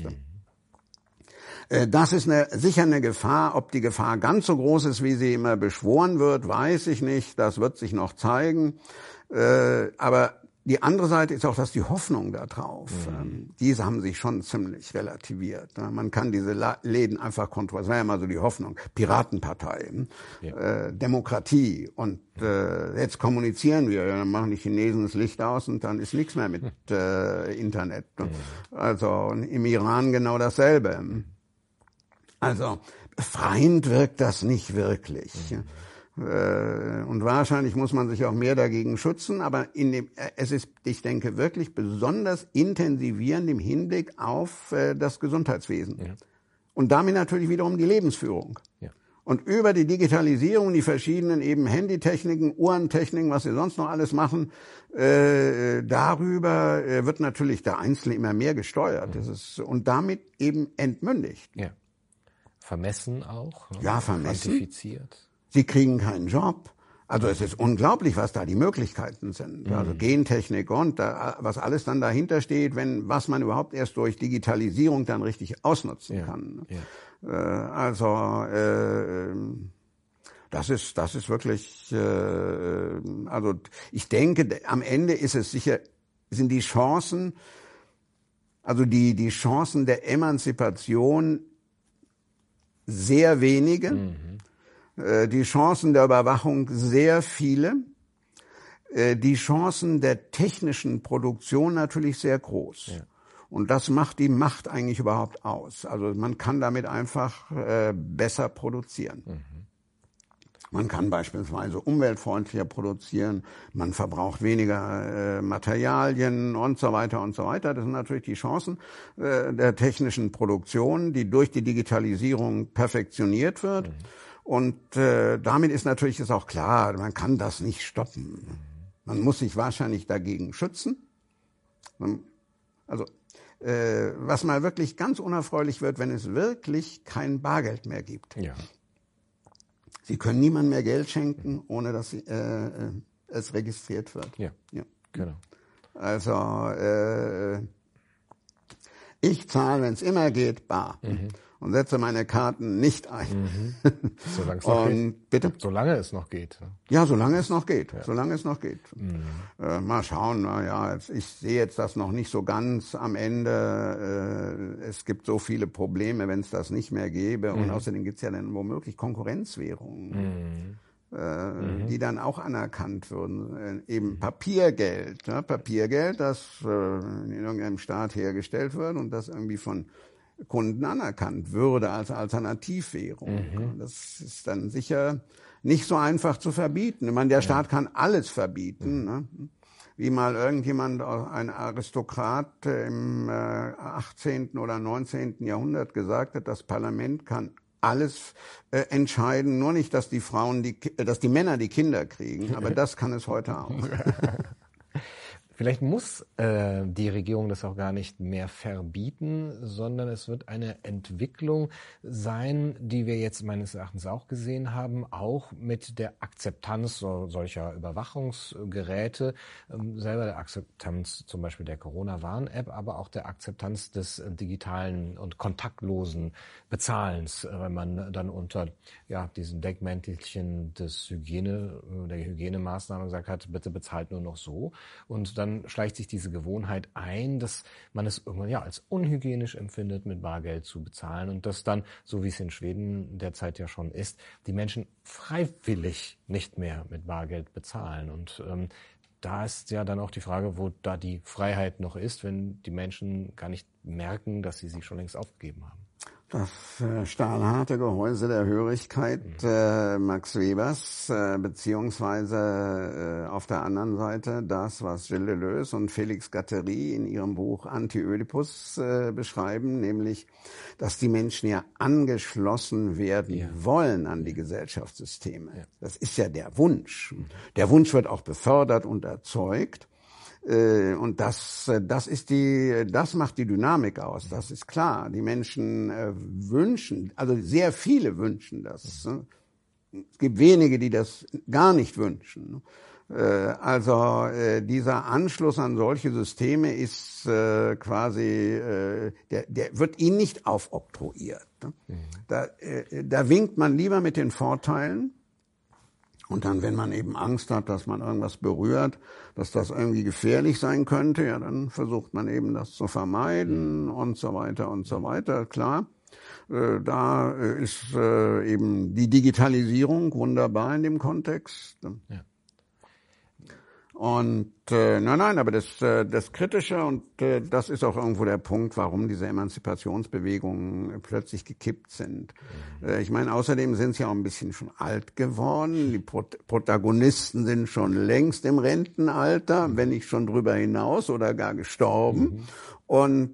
Das ist sicher eine Gefahr. Ob die Gefahr ganz so groß ist, wie sie immer beschworen wird, weiß ich nicht. Das wird sich noch zeigen. Aber die andere Seite ist auch, dass die Hoffnung da drauf, diese haben sich schon ziemlich relativiert. Man kann diese Läden einfach kontrollieren. Das war ja mal so die Hoffnung. Piratenpartei, Demokratie und jetzt kommunizieren wir. Dann machen die Chinesen das Licht aus und dann ist nichts mehr mit Internet. Also im Iran genau dasselbe. Also befreiend wirkt das nicht wirklich. Und wahrscheinlich muss man sich auch mehr dagegen schützen, aber es ist, ich denke, wirklich besonders intensivierend im Hinblick auf das Gesundheitswesen. Ja. Und damit natürlich wiederum die Lebensführung. Ja. Und über die Digitalisierung, die verschiedenen eben Handytechniken, Uhrentechniken, was sie sonst noch alles machen, darüber wird natürlich der Einzelne immer mehr gesteuert. Und damit eben entmündigt. Ja. Vermessen auch. Ja, vermessen. Quantifiziert. Sie kriegen keinen Job. Also es ist unglaublich, was da die Möglichkeiten sind. Also Gentechnik und was alles dann dahinter steht, was man überhaupt erst durch Digitalisierung dann richtig ausnutzen kann. Ja. Das ist wirklich, also ich denke, am Ende sind die Chancen, also die Chancen der Emanzipation sehr wenige. Die Chancen der Überwachung sehr viele. die Chancen der technischen Produktion natürlich sehr groß. Ja. Und das macht die Macht eigentlich überhaupt aus. Also man kann damit einfach besser produzieren. Man kann beispielsweise umweltfreundlicher produzieren, man verbraucht weniger Materialien und so weiter und so weiter. Das sind natürlich die Chancen der technischen Produktion, die durch die Digitalisierung perfektioniert wird. Und damit ist natürlich ist auch klar, man kann das nicht stoppen. Man muss sich wahrscheinlich dagegen schützen. Also was mal wirklich ganz unerfreulich wird, wenn es wirklich kein Bargeld mehr gibt. Ja. Sie können niemandem mehr Geld schenken, ohne dass es registriert wird. Ja, genau. Also ich zahle, wenn es immer geht, bar. Und setze meine Karten nicht ein. Solange es noch geht. Bitte? Solange es noch geht. Ja, solange es noch geht. Ja. Solange es noch geht. Mal schauen, ich sehe jetzt das noch nicht so ganz am Ende. Es gibt so viele Probleme, wenn es das nicht mehr gäbe. Und außerdem gibt es ja dann womöglich Konkurrenzwährungen. Die dann auch anerkannt würden. Eben Papiergeld. Ja, Papiergeld, das in irgendeinem Staat hergestellt wird und das irgendwie von Kunden anerkannt würde als Alternativwährung. Das ist dann sicher nicht so einfach zu verbieten. Ich meine, der Staat kann alles verbieten. Ne? Wie mal irgendjemand, ein Aristokrat im 18. oder 19. Jahrhundert gesagt hat, das Parlament kann alles entscheiden, nur nicht, dass die Männer die Kinder kriegen, aber das kann es heute auch. Vielleicht muss die Regierung das auch gar nicht mehr verbieten, sondern es wird eine Entwicklung sein, die wir jetzt meines Erachtens auch gesehen haben, auch mit der Akzeptanz solcher Überwachungsgeräte, selber der Akzeptanz zum Beispiel der Corona-Warn-App, aber auch der Akzeptanz des digitalen und kontaktlosen Bezahlens, wenn man dann unter diesem Deckmäntelchen der Hygienemaßnahmen gesagt hat, bitte bezahlt nur noch so. Und dann schleicht sich diese Gewohnheit ein, dass man es irgendwann als unhygienisch empfindet, mit Bargeld zu bezahlen und dass dann, so wie es in Schweden derzeit ja schon ist, die Menschen freiwillig nicht mehr mit Bargeld bezahlen. Und da ist ja dann auch die Frage, wo da die Freiheit noch ist, wenn die Menschen gar nicht merken, dass sie schon längst aufgegeben haben. Das stahlharte Gehäuse der Hörigkeit Max Webers, beziehungsweise auf der anderen Seite das, was Gilles Deleuze und Félix Guattari in ihrem Buch Anti-Ödipus beschreiben, nämlich, dass die Menschen ja angeschlossen werden wollen an die Gesellschaftssysteme. Ja. Das ist ja der Wunsch. Der Wunsch wird auch befördert und erzeugt. Und das macht die Dynamik aus, das ist klar. Die Menschen wünschen, also sehr viele wünschen das. Es gibt wenige, die das gar nicht wünschen. Also dieser Anschluss an solche Systeme ist quasi, der wird ihnen nicht aufoktroyiert. Da winkt man lieber mit den Vorteilen. Und dann, wenn man eben Angst hat, dass man irgendwas berührt, dass das irgendwie gefährlich sein könnte, dann versucht man eben das zu vermeiden und so weiter und so weiter. Klar, da ist eben die Digitalisierung wunderbar in dem Kontext. Ja. Und aber das Kritische, und das ist auch irgendwo der Punkt, warum diese Emanzipationsbewegungen plötzlich gekippt sind. Ich meine, außerdem sind sie auch ein bisschen schon alt geworden. Die Protagonisten sind schon längst im Rentenalter, wenn nicht schon drüber hinaus oder gar gestorben. Und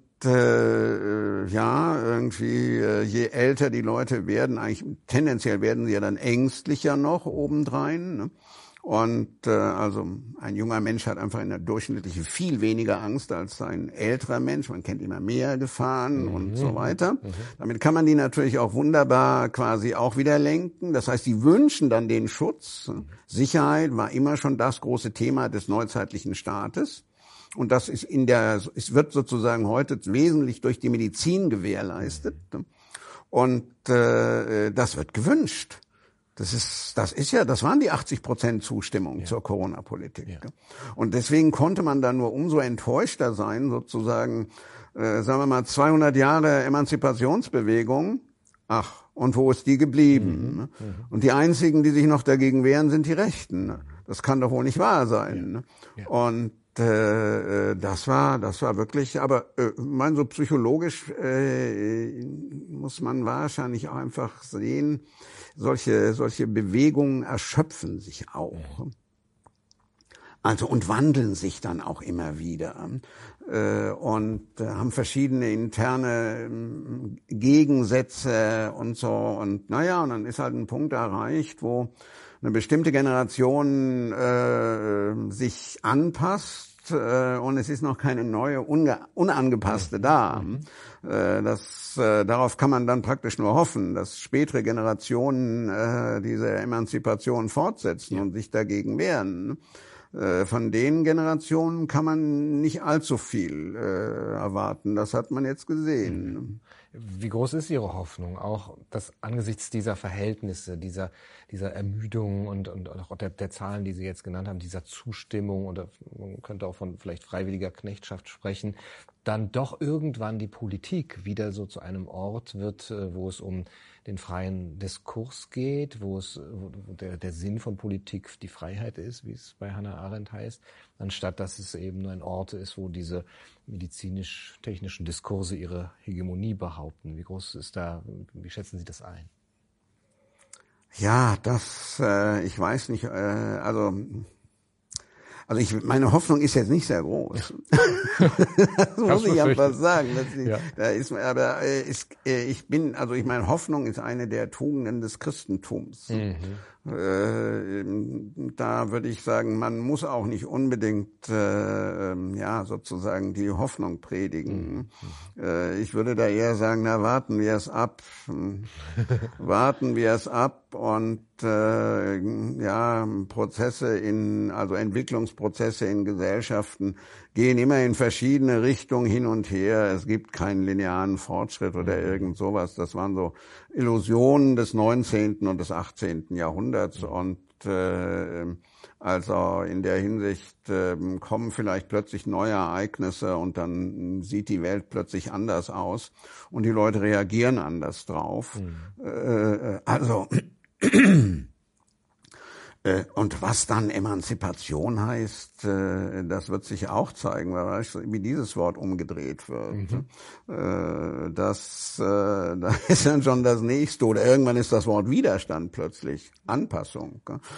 irgendwie, je älter die Leute werden, eigentlich tendenziell werden sie ja dann ängstlicher noch obendrein, ne? Und also ein junger Mensch hat einfach in der durchschnittlichen viel weniger Angst als ein älterer Mensch. Man kennt immer mehr Gefahren und so weiter. Damit kann man die natürlich auch wunderbar quasi auch wieder lenken. Das heißt, die wünschen dann den Schutz. Sicherheit war immer schon das große Thema des neuzeitlichen Staates. Und das ist es wird sozusagen heute wesentlich durch die Medizin gewährleistet. Und das wird gewünscht. Das waren die 80% Zustimmung zur Corona-Politik. Ja. Und deswegen konnte man da nur umso enttäuschter sein, sozusagen, sagen wir mal, 200 Jahre Emanzipationsbewegung. Ach, und wo ist die geblieben? Und die einzigen, die sich noch dagegen wehren, sind die Rechten. Das kann doch wohl nicht wahr sein. Ja. Ne? Ja. Und das war wirklich, aber mein so psychologisch muss man wahrscheinlich auch einfach sehen, solche Bewegungen erschöpfen sich auch. Also und wandeln sich dann auch immer wieder und haben verschiedene interne Gegensätze und so. Und naja, und dann ist halt ein Punkt erreicht, wo eine bestimmte Generation sich anpasst und es ist noch keine neue, unangepasste da. Darauf kann man dann praktisch nur hoffen, dass spätere Generationen diese Emanzipation fortsetzen und sich dagegen wehren. Von den Generationen kann man nicht allzu viel erwarten. Das hat man jetzt gesehen. Wie groß ist Ihre Hoffnung, auch dass angesichts dieser Verhältnisse, dieser Ermüdung und auch der Zahlen, die Sie jetzt genannt haben, dieser Zustimmung, oder man könnte auch von vielleicht freiwilliger Knechtschaft sprechen, dann doch irgendwann die Politik wieder so zu einem Ort wird, wo es um den freien Diskurs geht, wo der Sinn von Politik die Freiheit ist, wie es bei Hannah Arendt heißt, anstatt dass es eben nur ein Ort ist, wo diese medizinisch-technischen Diskurse ihre Hegemonie behaupten. Wie groß ist wie schätzen Sie das ein? Ja, ich weiß nicht, meine Hoffnung ist jetzt nicht sehr groß. Das muss ich einfach sagen. Meine Hoffnung ist eine der Tugenden des Christentums. Da würde ich sagen, man muss auch nicht unbedingt sozusagen die Hoffnung predigen. Ich würde da eher sagen, warten wir es ab. Warten wir es ab und Entwicklungsprozesse in Gesellschaften gehen immer in verschiedene Richtungen hin und her. Es gibt keinen linearen Fortschritt oder irgend sowas. Das waren so Illusionen des 19. und des 18. Jahrhunderts. Und also in der Hinsicht kommen vielleicht plötzlich neue Ereignisse und dann sieht die Welt plötzlich anders aus und die Leute reagieren anders drauf. Und was dann Emanzipation heißt, das wird sich auch zeigen, wer weiß, wie dieses Wort umgedreht wird. Da ist dann schon das Nächste, oder irgendwann ist das Wort Widerstand plötzlich Anpassung.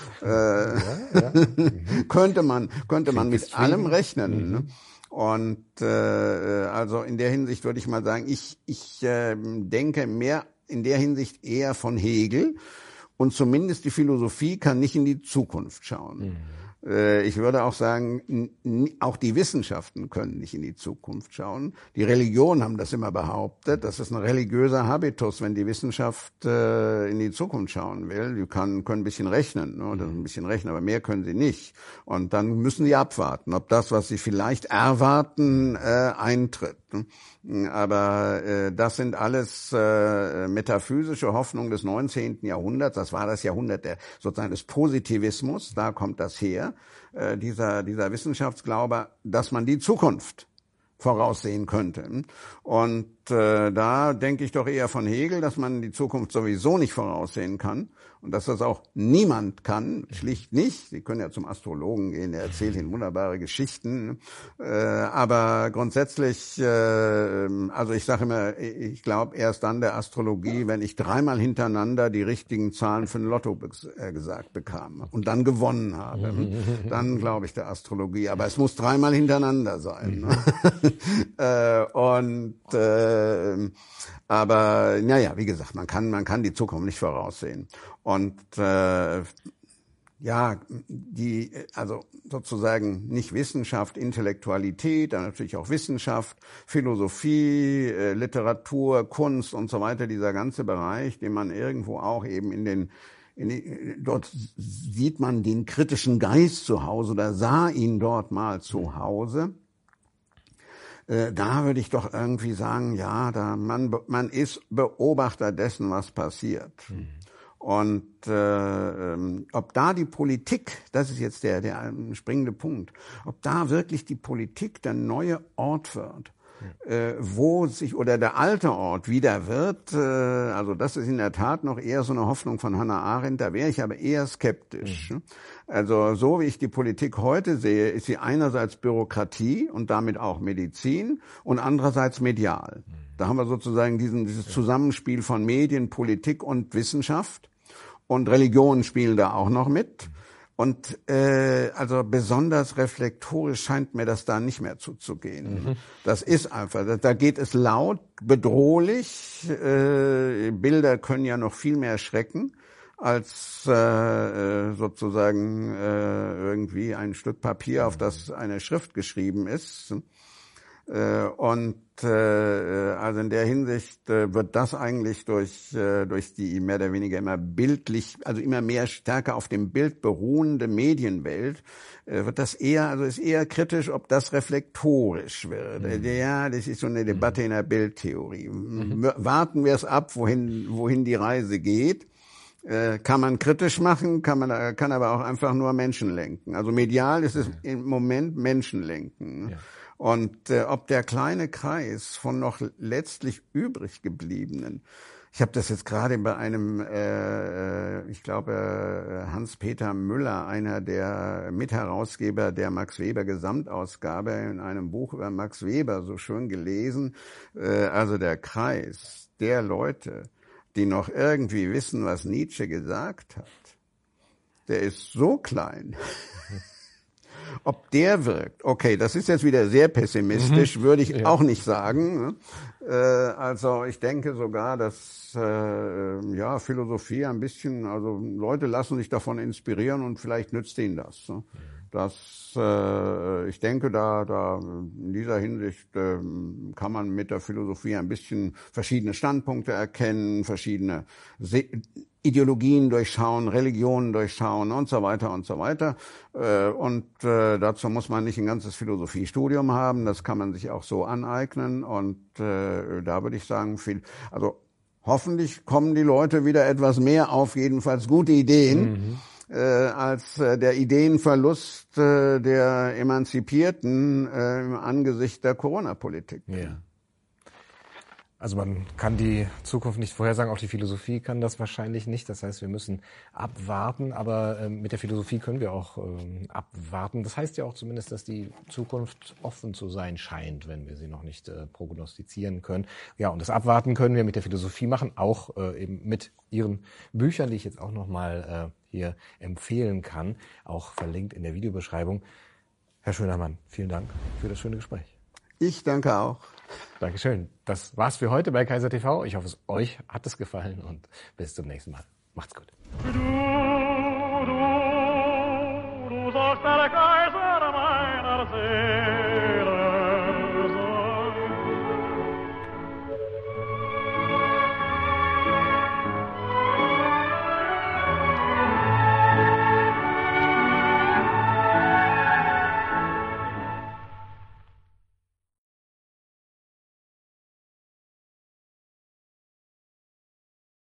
Könnte man mit allem rechnen. Ne? Und also in der Hinsicht würde ich mal sagen, ich denke mehr in der Hinsicht eher von Hegel. Und zumindest die Philosophie kann nicht in die Zukunft schauen. Ich würde auch sagen, auch die Wissenschaften können nicht in die Zukunft schauen. Die Religionen haben das immer behauptet. Das ist ein religiöser Habitus, wenn die Wissenschaft in die Zukunft schauen will. Die können ein bisschen rechnen, ne? Das ist ein bisschen rechnen, aber mehr können sie nicht. Und dann müssen sie abwarten, ob das, was sie vielleicht erwarten, eintritt. Aber das sind alles metaphysische Hoffnungen des 19. Jahrhunderts. Das war das Jahrhundert sozusagen des Positivismus. Da kommt das her, dieser Wissenschaftsglaube, dass man die Zukunft voraussehen könnte. Und da denke ich doch eher von Hegel, dass man die Zukunft sowieso nicht voraussehen kann und dass das auch niemand kann, schlicht nicht. Sie können ja zum Astrologen gehen, der erzählt Ihnen wunderbare Geschichten. Aber grundsätzlich, also ich sage immer, ich glaube erst dann der Astrologie, wenn ich dreimal hintereinander die richtigen Zahlen für ein Lotto gesagt bekam und dann gewonnen habe. Dann glaube ich der Astrologie. Aber es muss dreimal hintereinander sein. Aber naja, wie gesagt, man kann die Zukunft nicht voraussehen. Und also sozusagen nicht Wissenschaft, Intellektualität, dann natürlich auch Wissenschaft, Philosophie, Literatur, Kunst und so weiter, dieser ganze Bereich, den man irgendwo auch eben dort sieht man den kritischen Geist zu Hause oder sah ihn dort mal zu Hause. Da würde ich doch irgendwie sagen, ja, man ist Beobachter dessen, was passiert. Und ob da die Politik, das ist jetzt der springende Punkt, ob da wirklich die Politik der neue Ort wird, wo sich oder der alte Ort wieder wird, also das ist in der Tat noch eher so eine Hoffnung von Hannah Arendt, da wäre ich aber eher skeptisch. Also so wie ich die Politik heute sehe, ist sie einerseits Bürokratie und damit auch Medizin und andererseits medial. Da haben wir sozusagen dieses Zusammenspiel von Medien, Politik und Wissenschaft, und Religionen spielen da auch noch mit. Und also besonders reflektorisch scheint mir das da nicht mehr zuzugehen. Das ist einfach, da geht es laut, bedrohlich. Bilder können ja noch viel mehr schrecken als sozusagen irgendwie ein Stück Papier, auf das eine Schrift geschrieben ist. Und also in der Hinsicht wird das eigentlich durch die mehr oder weniger immer bildlich, also immer mehr stärker auf dem Bild beruhende Medienwelt, wird das eher, also ist eher kritisch, ob das reflektorisch wird. Ja, das ist so eine Debatte in der Bildtheorie. Warten wir es ab, wohin die Reise geht. Kann man kritisch machen, kann aber auch einfach nur Menschen lenken. Also medial ist es im Moment Menschenlenken. Ja. Und ob der kleine Kreis von noch letztlich übrig gebliebenen, ich habe das jetzt gerade bei einem, ich glaube Hans-Peter Müller, einer der Mitherausgeber der Max Weber Gesamtausgabe, in einem Buch über Max Weber so schön gelesen, also der Kreis der Leute, die noch irgendwie wissen, was Nietzsche gesagt hat, der ist so klein. Ob der wirkt, okay, das ist jetzt wieder sehr pessimistisch, würde ich auch nicht sagen. Also ich denke sogar, dass Philosophie ein bisschen, also Leute lassen sich davon inspirieren und vielleicht nützt ihnen das. Ich denke, da in dieser Hinsicht kann man mit der Philosophie ein bisschen verschiedene Standpunkte erkennen, verschiedene Ideologien durchschauen, Religionen durchschauen und so weiter und so weiter. Und dazu muss man nicht ein ganzes Philosophiestudium haben, das kann man sich auch so aneignen. Und da würde ich sagen, also hoffentlich kommen die Leute wieder etwas mehr auf jedenfalls gute Ideen. Als der Ideenverlust der Emanzipierten im Angesicht der Corona-Politik. Ja. Also man kann die Zukunft nicht vorhersagen, auch die Philosophie kann das wahrscheinlich nicht. Das heißt, wir müssen abwarten, aber mit der Philosophie können wir auch abwarten. Das heißt ja auch zumindest, dass die Zukunft offen zu sein scheint, wenn wir sie noch nicht prognostizieren können. Ja, und das Abwarten können wir mit der Philosophie machen, auch eben mit Ihren Büchern, die ich jetzt auch nochmal hier empfehlen kann, auch verlinkt in der Videobeschreibung. Herr Schönermann, vielen Dank für das schöne Gespräch. Ich danke auch. Dankeschön. Das war's für heute bei Kaiser TV. Ich hoffe, euch hat es gefallen und bis zum nächsten Mal. Macht's gut. Du sollst